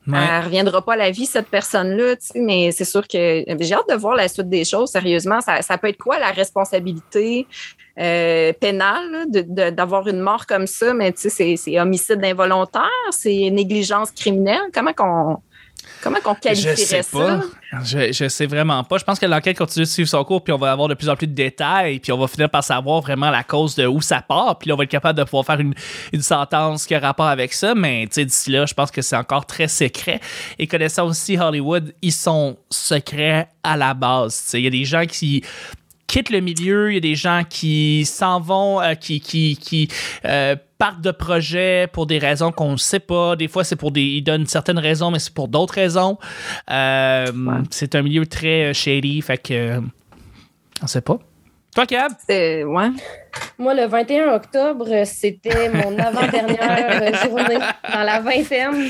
Ouais. Elle reviendra pas à la vie, cette personne-là, tu sais, mais c'est sûr que j'ai hâte de voir la suite des choses. Sérieusement, ça peut être quoi la responsabilité pénale là, d'avoir une mort comme ça, mais tu sais, c'est homicide involontaire, c'est négligence criminelle. Comment qu'on qualifierait ça? Je sais vraiment pas. Je pense que l'enquête continue de suivre son cours, puis on va avoir de plus en plus de détails, puis on va finir par savoir vraiment la cause de où ça part, puis là, on va être capable de pouvoir faire une sentence qui a rapport avec ça, mais tu sais, d'ici là, je pense que c'est encore très secret. Et connaissant aussi Hollywood, ils sont secrets à la base. Tu sais, il y a des gens qui quittent le milieu, il y a des gens qui s'en vont, qui partent de projets pour des raisons qu'on ne sait pas. Des fois, ils donnent certaines raisons, mais c'est pour d'autres raisons. C'est un milieu très shady, fait que on sait pas. Toi, Cab? Ouais. Moi, le 21 octobre, c'était mon avant-dernière journée dans la vingtaine.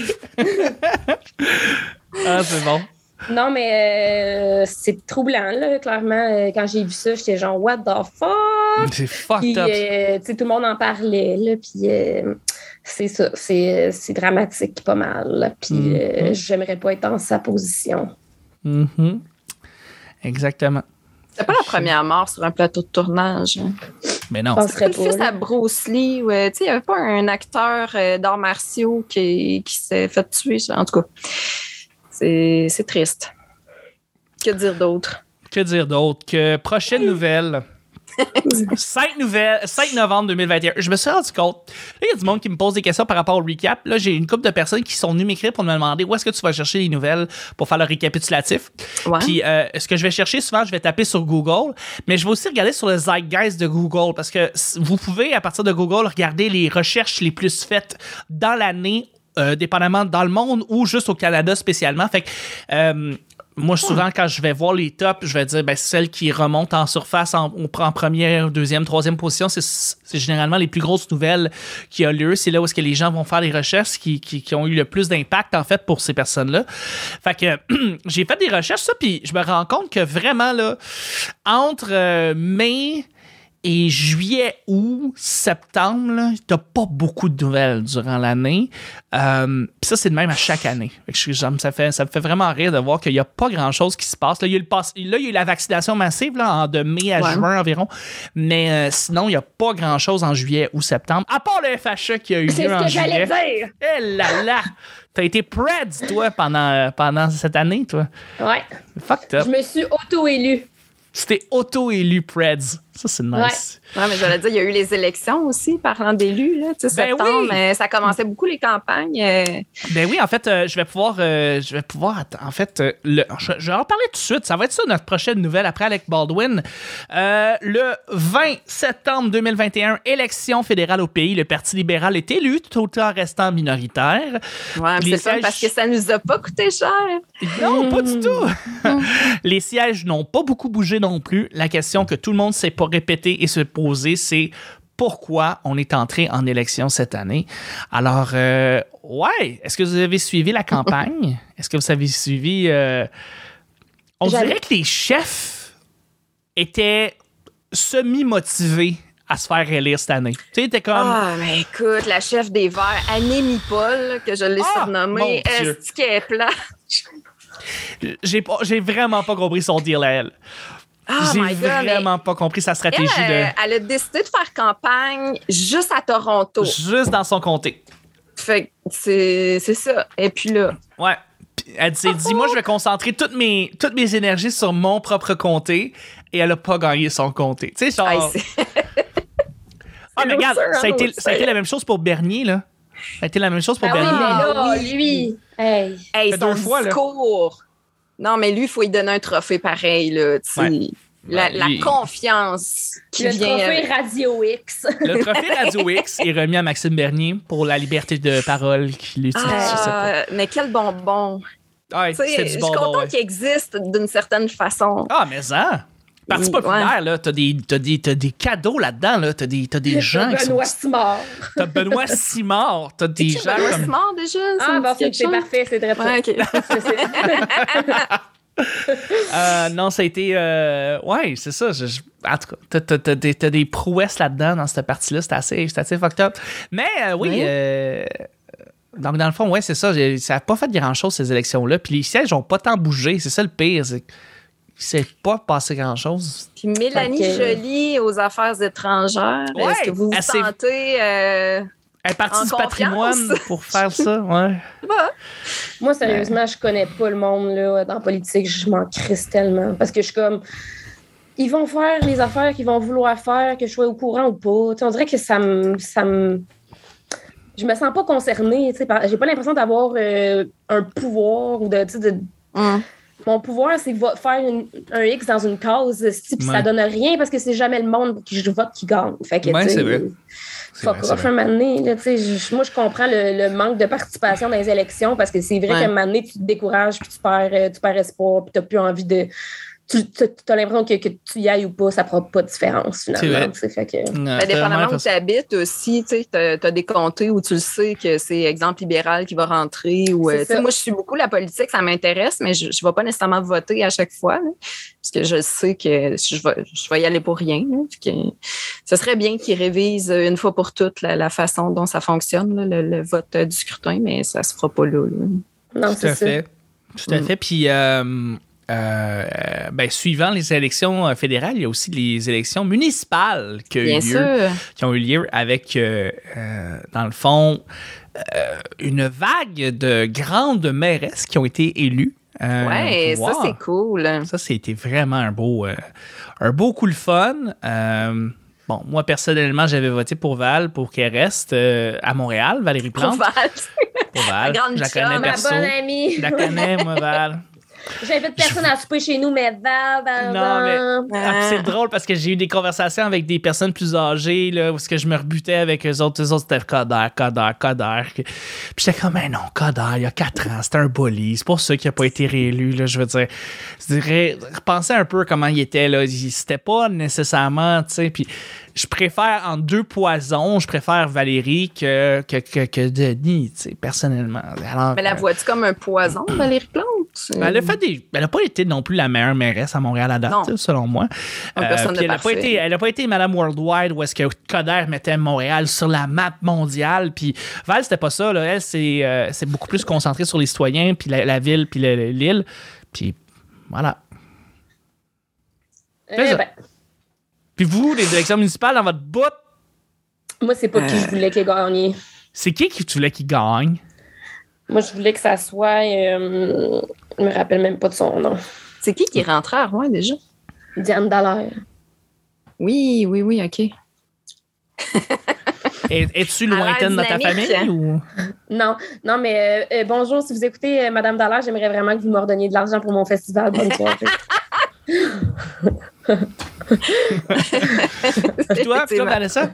Ah, c'est bon. Non, mais c'est troublant, là, clairement. Quand j'ai vu ça, j'étais genre, what the fuck? C'est fucked up. Tu sais, tout le monde en parlait, là, puis c'est ça. C'est dramatique, pas mal. Là, puis j'aimerais pas être dans sa position. Mm-hmm. Exactement. C'est pas la première mort sur un plateau de tournage. Mais non. C'est le fils à Bruce Lee. Ouais, il n'y avait pas un acteur d'arts martiaux qui s'est fait tuer. En tout cas, c'est triste. Que dire d'autre? Que prochaine nouvelle. 5 novembre 2021. Je me suis rendu compte. Là, il y a du monde qui me pose des questions par rapport au recap. Là, j'ai une couple de personnes qui sont venues m'écrire pour me demander où est-ce que tu vas chercher les nouvelles pour faire le récapitulatif. Ouais. Puis, ce que je vais chercher souvent, je vais taper sur Google, mais je vais aussi regarder sur le Zeitgeist de Google parce que vous pouvez, à partir de Google, regarder les recherches les plus faites dans l'année, dépendamment dans le monde ou juste au Canada spécialement. Fait que, moi, souvent, quand je vais voir les tops, je vais dire, celles qui remontent en surface en première, deuxième, troisième position, c'est généralement les plus grosses nouvelles qui ont lieu. C'est là où est-ce que les gens vont faire les recherches qui ont eu le plus d'impact, en fait, pour ces personnes-là. Fait que j'ai fait des recherches, ça, puis je me rends compte que vraiment, là, entre mai et juillet, août, septembre, là, t'as pas beaucoup de nouvelles durant l'année. Puis ça, c'est de même à chaque année. Ça me fait vraiment rire de voir qu'il n'y a pas grand-chose qui se passe. Là, il y a eu la vaccination massive là, de mai à juin environ. Mais sinon, il n'y a pas grand-chose en juillet ou septembre. À part le FHE qui a eu lieu en juillet. C'est ce que j'allais dire! Eh là là! T'as été Preds, toi, pendant cette année, toi. Ouais. Fucked up. Je me suis auto-élue. C'était auto-élu Preds. Ça, c'est nice. Ouais, mais j'allais dire, il y a eu les élections aussi, parlant d'élus, là, tu sais, septembre, oui. mais ça commençait beaucoup les campagnes. Ben oui, en fait, je vais pouvoir, en fait, je vais en parler tout de suite. Ça va être ça, notre prochaine nouvelle après Alec Baldwin. Le 20 septembre 2021, élection fédérale au pays. Le Parti libéral est élu tout en restant minoritaire. Ouais, c'est fun parce que ça nous a pas coûté cher. Non, pas du tout. Les sièges n'ont pas beaucoup bougé non plus. La question que tout le monde s'est pas répéter et se poser, c'est pourquoi on est entré en élection cette année. Alors, ouais, est-ce que vous avez suivi la campagne? Est-ce que vous avez suivi... On dirait que les chefs étaient semi-motivés à se faire élire cette année. Tu sais, t'es comme... Ah, mais écoute, la chef des Verts, Annemie Paul, que je l'ai surnommée, est-ce qu'elle est plate? J'ai vraiment pas compris son deal à elle. J'ai vraiment pas compris sa stratégie. Elle a décidé de faire campagne juste à Toronto. Juste dans son comté. Fait que c'est ça. Et puis là... Ouais. Elle s'est dit, moi, je vais concentrer toutes mes énergies sur mon propre comté. Et elle a pas gagné son comté. Tu sais, genre... mais regarde, ça a été la même chose pour Bernier, là. Ça a été la même chose pour Bernier. Oui, mais là, lui... Hey, son discours... Non, mais lui, il faut lui donner un trophée pareil, là, tu sais. Ouais. La confiance qui vient... Le trophée Radio X. Le trophée Radio X est remis à Maxime Bernier pour la liberté de parole qu'il utilise. Mais quel bonbon! Ouais, c'est du bonbon. Je suis contente qu'il existe d'une certaine façon. Ah, mais ça... Parti populaire, là, t'as des cadeaux là-dedans, là. T'as des gens qui sont... Benoît Simard. T'as Benoît Simard. T'as des gens Benoît comme... Simard, déjà? C'est parfait, c'est très ouais, OK. Non, ça a été... ouais, c'est ça. En tout cas, t'as des prouesses là-dedans, dans cette partie-là. C'est assez fucked up. Mais oui... Donc, dans le fond, ouais, c'est ça. Ça n'a pas fait grand-chose, ces élections-là. Puis les sièges n'ont pas tant bougé. C'est ça le pire. Il ne s'est pas passé grand-chose. Puis Mélanie Joly aux affaires étrangères. Ouais, est-ce que vous vous sentez... Elle est partie du patrimoine pour faire ça, ouais. Moi, sérieusement, je connais pas le monde là, dans la politique. Je m'en crisse tellement. Parce que je suis comme... Ils vont faire les affaires qu'ils vont vouloir faire, que je sois au courant ou pas. T'sais, on dirait que ça me... Je me sens pas concernée. J'ai pas l'impression d'avoir un pouvoir ou de... Mon pouvoir, c'est faire un X dans une cause, puis ça donne rien parce que c'est jamais le monde qui je vote qui gagne. Fait que, c'est vrai. Fuck off un moment donné. Moi, je comprends le manque de participation dans les élections parce que c'est vrai qu'à un moment donné, tu te décourages, puis tu perds espoir, puis tu n'as plus envie de... Tu as l'impression que tu y ailles ou pas, ça ne fera pas de différence, finalement. Fait que... dépendamment où tu habites aussi, tu as des comtés où tu le sais que c'est exemple libéral qui va rentrer. Ou, moi, je suis beaucoup la politique, ça m'intéresse, mais je ne vais pas nécessairement voter à chaque fois. Là, parce que je sais que je vais y aller pour rien. Là, que ce serait bien qu'ils révisent une fois pour toutes la façon dont ça fonctionne, là, le vote du scrutin, mais ça ne se fera pas là. Non, Tout à fait. Tout à fait. Puis... suivant les élections fédérales, il y a aussi les élections municipales qui ont eu lieu avec, dans le fond, une vague de grandes mairesses qui ont été élues. Ça, c'est cool. Ça, c'était vraiment un beau coup de fun. Moi, personnellement, j'avais voté pour Val pour qu'elle reste à Montréal, Valérie Plante. Pour Val. Je la connais perso. Ma bonne amie. Je la connais, moi, Val. J'invite personne à souper chez nous, mais c'est drôle parce que j'ai eu des conversations avec des personnes plus âgées là, où je me rebutais avec eux autres. Eux autres, c'était Coder. Puis j'étais comme, non, Coder, il y a 4 ans, c'était un bully. C'est pour ça qu'il n'a pas été réélu. Là, je veux dire, repensez un peu comment il était. Là. C'était pas nécessairement, tu sais, puis je préfère en 2 poisons, je préfère Valérie que Denis, tu sais, personnellement. Alors, mais la vois-tu comme un poison, Valérie Plante? Elle n'a pas été non plus la meilleure mairesse à Montréal à date, selon moi. Elle n'a pas été Madame Worldwide où est-ce que Coder mettait Montréal sur la map mondiale. Puis Val, c'était pas ça. Là. Elle, c'est beaucoup plus concentré sur les citoyens, puis la ville, puis l'île. Puis voilà. Puis vous, les élections municipales, dans votre bout? Moi, c'est pas qui je voulais qu'il gagne. C'est qui tu voulais qu'il gagne? Moi, je voulais que ça soit... je me rappelle même pas de son nom. C'est qui est rentré à Rouen, déjà? Diane Dallaire. Oui, OK. Es-tu lointaine de ta famille? Ou? Non, mais bonjour, si vous écoutez Madame Dallaire, j'aimerais vraiment que vous me redonniez de l'argent pour mon festival. Bonne soirée. Toi, Vanessa?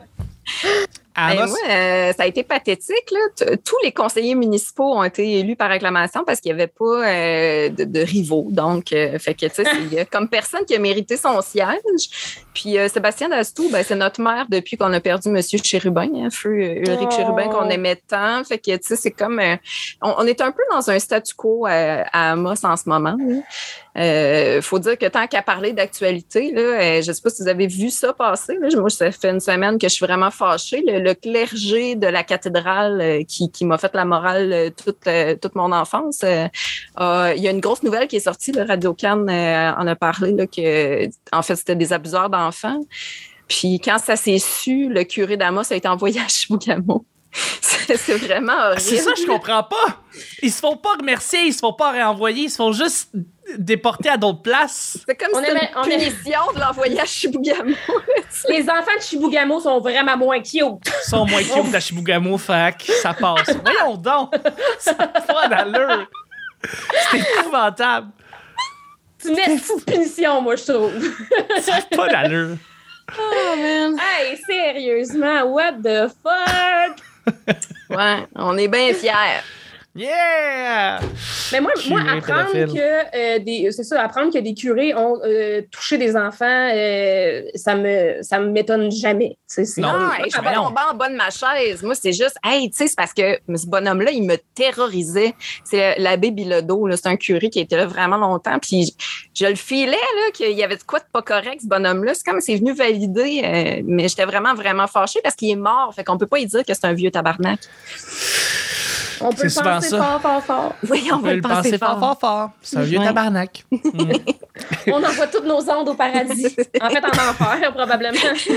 Ça a été pathétique. Là. Tous les conseillers municipaux ont été élus par acclamation parce qu'il n'y avait pas de rivaux. Donc, fait que, il y a comme personne qui a mérité son siège. Puis Sébastien Dastou, c'est notre maire depuis qu'on a perdu M. Chérubin, feu Ulrich Chérubin qu'on aimait tant. Fait que, c'est comme... on est un peu dans un statu quo à Amos en ce moment. Faut dire que tant qu'à parler d'actualité, là, je ne sais pas si vous avez vu ça passer. Là, moi, ça fait une semaine que je suis vraiment fâchée. Le clergé de la cathédrale qui m'a fait la morale toute mon enfance. Il y a une grosse nouvelle qui est sortie. Radio-Can en a parlé là, que en fait, c'était des abuseurs d'enfants. Puis quand ça s'est su, le curé d'Amos a été envoyé à Chibougamau. C'est vraiment horrible. C'est ça, je comprends pas. Ils se font pas remercier, ils se font pas réenvoyer, ils se font juste déporter à d'autres places. C'est comme si c'était une punition de l'envoyer à Chibougamau. Les enfants de Chibougamau sont vraiment moins cute. Ils sont moins cute à Chibougamau, fac. Ça passe. Voyons donc. Ça n'a pas d'allure. C'est épouvantable. C'est une punition, moi, je trouve. Ça n'a pas d'allure. Oh, man. Hey, sérieusement, what the fuck? Ouais, on est bien fiers. Yeah! Mais moi apprendre que des curés ont touché des enfants, ça me m'étonne jamais. Non, je suis pas tombée en bas de ma chaise. Moi, c'est juste, c'est parce que ce bonhomme-là, il me terrorisait. C'est l'abbé Bilodeau, là, c'est un curé qui était là vraiment longtemps. Puis je le filais là, qu'il y avait de quoi de pas correct, ce bonhomme-là. C'est comme c'est venu valider, mais j'étais vraiment, vraiment fâchée parce qu'il est mort. Fait qu'on peut pas y dire que c'est un vieux tabarnak. On peut le penser fort. Oui, on peut le penser fort. C'est un vieux tabarnak. On envoie toutes nos ondes au paradis. En fait, en enfer, probablement.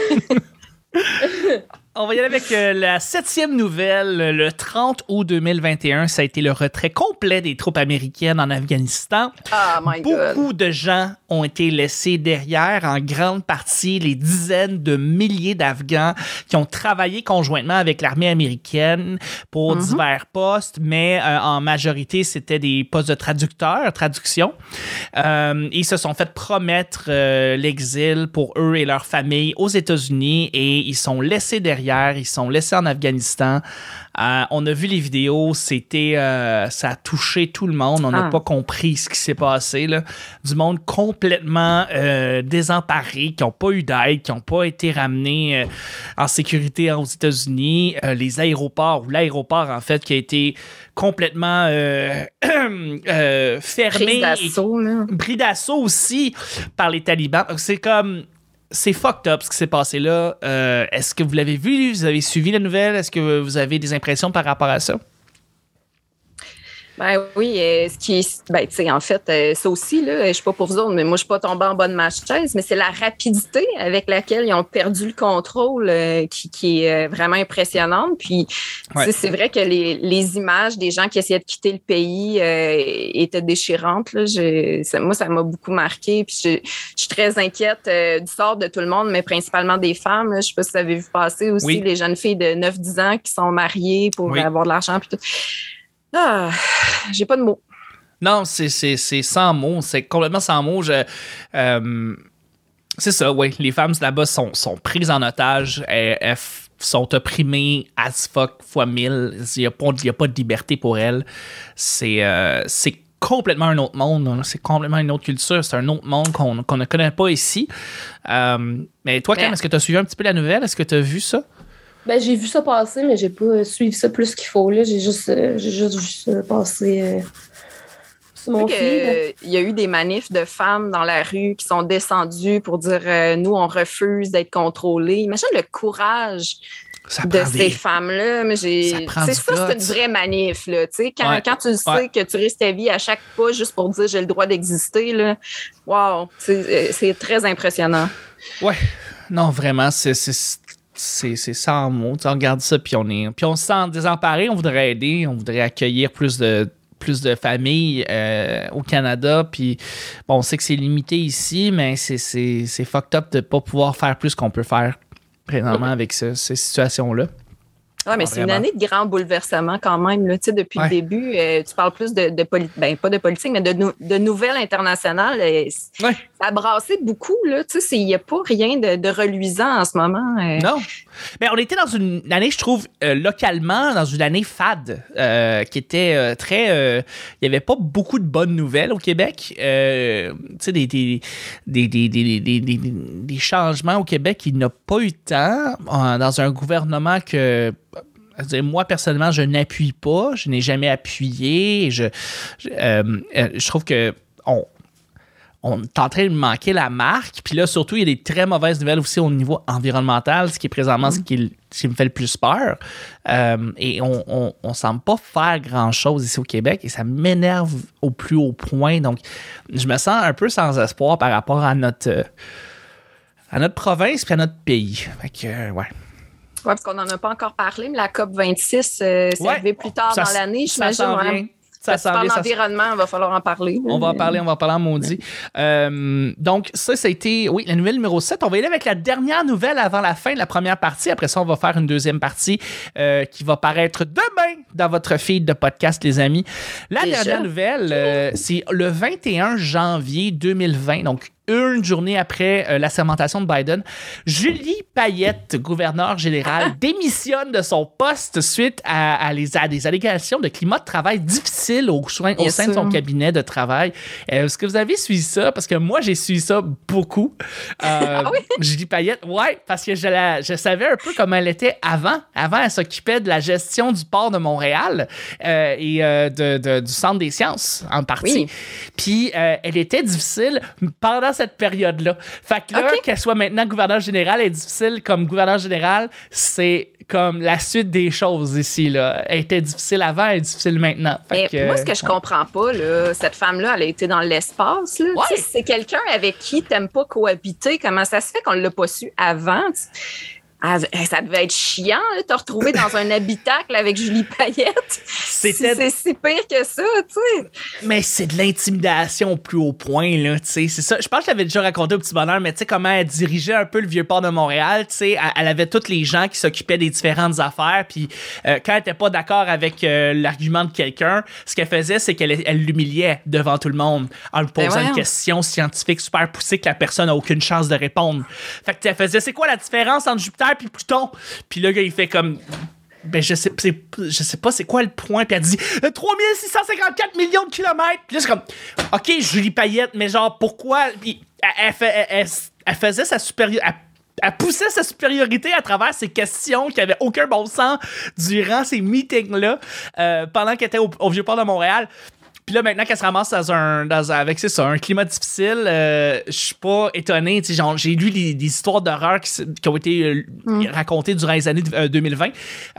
On va y aller avec la 7e nouvelle. Le 30 août 2021, ça a été le retrait complet des troupes américaines en Afghanistan. Oh my God. Beaucoup de gens ont été laissés derrière, en grande partie les dizaines de milliers d'Afghans qui ont travaillé conjointement avec l'armée américaine pour divers postes, mais en majorité, c'était des postes de traduction. Ils se sont fait promettre l'exil pour eux et leurs familles aux États-Unis et ils sont laissés derrière. Ils sont laissés en Afghanistan. On a vu les vidéos, ça a touché tout le monde. On n'a pas compris ce qui s'est passé, là. Du monde complètement désemparé, qui n'ont pas eu d'aide, qui n'ont pas été ramenés en sécurité aux États-Unis. Les aéroports, ou l'aéroport, en fait, qui a été complètement fermé. Pris d'assaut aussi par les talibans. C'est fucked up ce qui s'est passé là. Est-ce que vous l'avez vu? Vous avez suivi la nouvelle? Est-ce que vous avez des impressions par rapport à ça? Ben oui, en fait, ça aussi, là, je ne suis pas pour vous autres, mais moi, je ne suis pas tombée en bas de ma chaise, mais c'est la rapidité avec laquelle ils ont perdu le contrôle qui est vraiment impressionnante. Puis, c'est vrai que les images des gens qui essayaient de quitter le pays étaient déchirantes. Là. Moi, ça m'a beaucoup marqué. Puis, je suis très inquiète du sort de tout le monde, mais principalement des femmes. Là. Je ne sais pas si vous avez vu passer aussi les jeunes filles de 9-10 ans qui sont mariées pour avoir de l'argent. Puis tout. Ah, j'ai pas de mots. Non, c'est sans mots. C'est complètement sans mots. C'est ça, oui. Les femmes là-bas sont prises en otage. Elles sont opprimées as fuck fois 1000. Il n'y a pas de liberté pour elles. C'est complètement un autre monde. Hein. C'est complètement une autre culture. C'est un autre monde qu'on ne connaît pas ici. Mais toi, Cam, est-ce que tu as suivi un petit peu la nouvelle? Est-ce que tu as vu ça? Ben, j'ai vu ça passer, mais j'ai pas suivi ça plus qu'il faut. Là. J'ai juste vu ça passer sur mon feed. Il y a eu des manifs de femmes dans la rue qui sont descendues pour dire nous, on refuse d'être contrôlés. Imagine le courage de ces femmes-là. Mais c'est une vraie manif. Là. Quand tu sais que tu risques ta vie à chaque pas juste pour dire j'ai le droit d'exister, là, wow, c'est très impressionnant. Ouais, non, vraiment, c'est sans mots. On regarde ça, puis on se sent désemparé. On voudrait aider, on voudrait accueillir plus de familles au Canada. Puis bon, on sait que c'est limité ici, mais c'est fucked up de ne pas pouvoir faire plus qu'on peut faire présentement avec ces situations-là. Oui, mais c'est une année de grand bouleversement quand même. Là. Depuis le début, tu parles plus de politique, pas de politique, mais de nouvelles internationales. Ça a brassé beaucoup. Il n'y a pas rien de reluisant en ce moment. Non. Mais on était dans une année, je trouve, localement, dans une année fade, qui était très... il n'y avait pas beaucoup de bonnes nouvelles au Québec. Des changements au Québec, il n'y a pas eu tant dans un gouvernement que... Moi, personnellement, je n'appuie pas. Je n'ai jamais appuyé. Je trouve que on est en train de manquer la marque. Puis là, surtout, il y a des très mauvaises nouvelles aussi au niveau environnemental, ce qui est présentement ce qui me fait le plus peur. Et on ne semble pas faire grand-chose ici au Québec et ça m'énerve au plus haut point. Donc, je me sens un peu sans espoir par rapport à notre province et à notre pays. Fait que, ouais. Oui, parce qu'on n'en a pas encore parlé, mais la COP26, c'est arrivé plus tard dans l'année, j'imagine. Ça s'en vient. Ça s'en vient. L'environnement, il va falloir en parler. On va en parler en maudit. Donc, ça a été, la nouvelle numéro 7. On va y aller avec la dernière nouvelle avant la fin de la première partie. Après ça, on va faire une deuxième partie qui va paraître demain dans votre feed de podcast, les amis. La dernière nouvelle, c'est le 21 janvier 2020. Donc, une journée après l'assermentation de Biden, Julie Payette, gouverneure générale, démissionne de son poste suite à des allégations de climat de travail difficile au sein de son cabinet de travail. Est-ce que vous avez suivi ça? Parce que moi, j'ai suivi ça beaucoup. Julie Payette, parce que je savais un peu comment elle était avant. Avant, elle s'occupait de la gestion du port de Montréal et du Centre des sciences, en partie. Oui. Puis, elle était difficile. Pendant cette période-là. Fait que là, qu'elle soit maintenant gouverneur général est difficile comme gouverneur général, c'est comme la suite des choses ici, là. Elle était difficile avant, elle est difficile maintenant. Fait que, moi, ce que je comprends pas, là, cette femme-là, elle a été dans l'espace. Là. Ouais. C'est quelqu'un avec qui t'aimes pas cohabiter. Comment ça se fait qu'on l'a pas su avant? Ça devait être chiant, de te retrouver dans un habitacle avec Julie Payette. C'est si pire que ça, tu sais. Mais c'est de l'intimidation au plus haut point, là, tu sais. C'est ça. Je pense que je l'avais déjà raconté au petit bonheur, mais tu sais, comment elle dirigeait un peu le Vieux-Port de Montréal, tu sais. Elle avait tous les gens qui s'occupaient des différentes affaires, puis quand elle était pas d'accord avec l'argument de quelqu'un, ce qu'elle faisait, c'est qu'elle l'humiliait devant tout le monde en lui posant une question scientifique super poussée que la personne n'a aucune chance de répondre. Fait que elle faisait, c'est quoi la différence entre Jupiter puis Pluton? Puis le gars, il fait comme... Ben, je sais pas c'est quoi le point. Puis elle dit 3654 millions de kilomètres. Puis là, c'est comme, OK, Julie Payette, mais genre, pourquoi? Puis elle faisait sa supériorité. Elle poussait sa supériorité à travers ces questions qui n'avaient aucun bon sens durant ces meetings-là, pendant qu'elle était au Vieux-Port de Montréal. Puis là, maintenant qu'elle se ramasse avec un climat difficile, je suis pas étonné. Genre, j'ai lu des histoires d'horreur qui ont été racontées durant les années 2020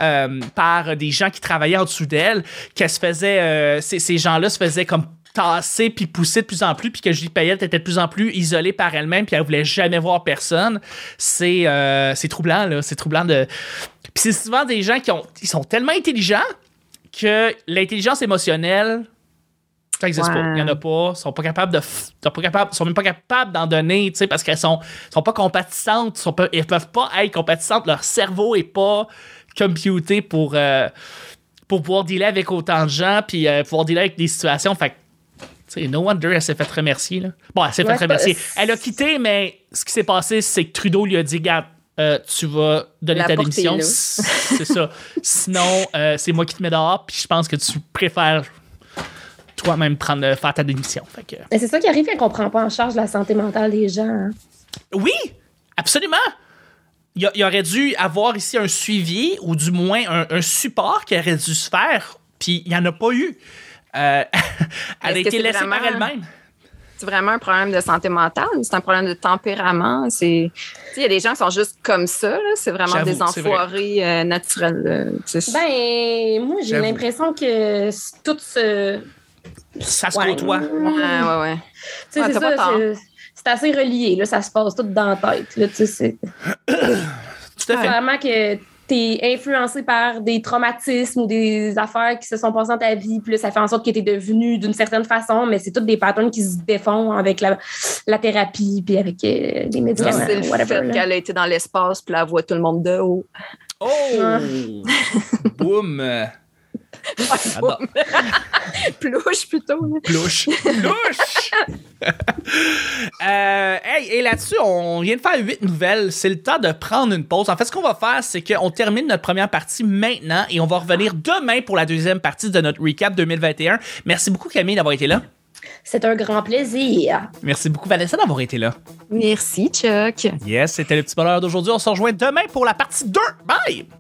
par des gens qui travaillaient en dessous d'elle, qu'elle se faisait... ces gens-là se faisaient comme tasser puis pousser de plus en plus, puis que Julie Payette était de plus en plus isolée par elle-même, puis elle voulait jamais voir personne. C'est troublant, là. C'est troublant de... Puis c'est souvent des gens ils sont tellement intelligents que l'intelligence émotionnelle... Ça n'existe pas. Il n'y en a pas. Ils sont pas capables sont même pas capables d'en donner, tu sais, parce qu'elles sont pas compatissantes. Elles peuvent pas être compatissantes. Leur cerveau est pas computé pour pouvoir dealer avec autant de gens puis pouvoir dealer avec des situations. Fait que, tu sais, no wonder, elle s'est fait remercier, là. Bon, elle s'est fait remercier. Elle a quitté, mais ce qui s'est passé, c'est que Trudeau lui a dit, regarde, tu vas donner ta démission. C'est ça. Sinon, c'est moi qui te mets dehors, puis je pense que tu préfères toi-même faire ta démission. Fait que... Mais c'est ça qui arrive quand on prend pas en charge la santé mentale des gens. Hein? Oui, absolument. Il aurait dû avoir ici un suivi ou du moins un support qui aurait dû se faire, puis il n'y en a pas eu. Elle a été laissée par elle-même. C'est vraiment un problème de santé mentale ou c'est un problème de tempérament? Il y a des gens qui sont juste comme ça. Là. C'est vraiment des enfoirés naturels. Ben, moi, j'ai l'impression que tout se... Ça se côtoie. Ouais. C'est ça, c'est assez relié. Là, ça se passe tout dans la tête. Là, c'est... Tout à fait. Vraiment que t'es influencé par des traumatismes ou des affaires qui se sont passées dans ta vie, puis là, ça fait en sorte que t'es devenu d'une certaine façon, mais c'est toutes des patterns qui se défont avec la thérapie puis avec des médicaments. C'est le fait qu'elle a été dans l'espace puis elle voit tout le monde de haut. Oh! Boum! Plouche plutôt. Plouche! Hey, et là-dessus, on vient de faire 8 nouvelles. C'est le temps de prendre une pause. En fait, ce qu'on va faire, c'est qu'on termine notre première partie maintenant et on va revenir demain pour la deuxième partie de notre recap 2021. Merci beaucoup, Camille, d'avoir été là. C'est un grand plaisir. Merci beaucoup, Vanessa, d'avoir été là. Merci, Chuck. Yes, c'était le petit bonheur d'aujourd'hui. On se rejoint demain pour la partie 2. Bye!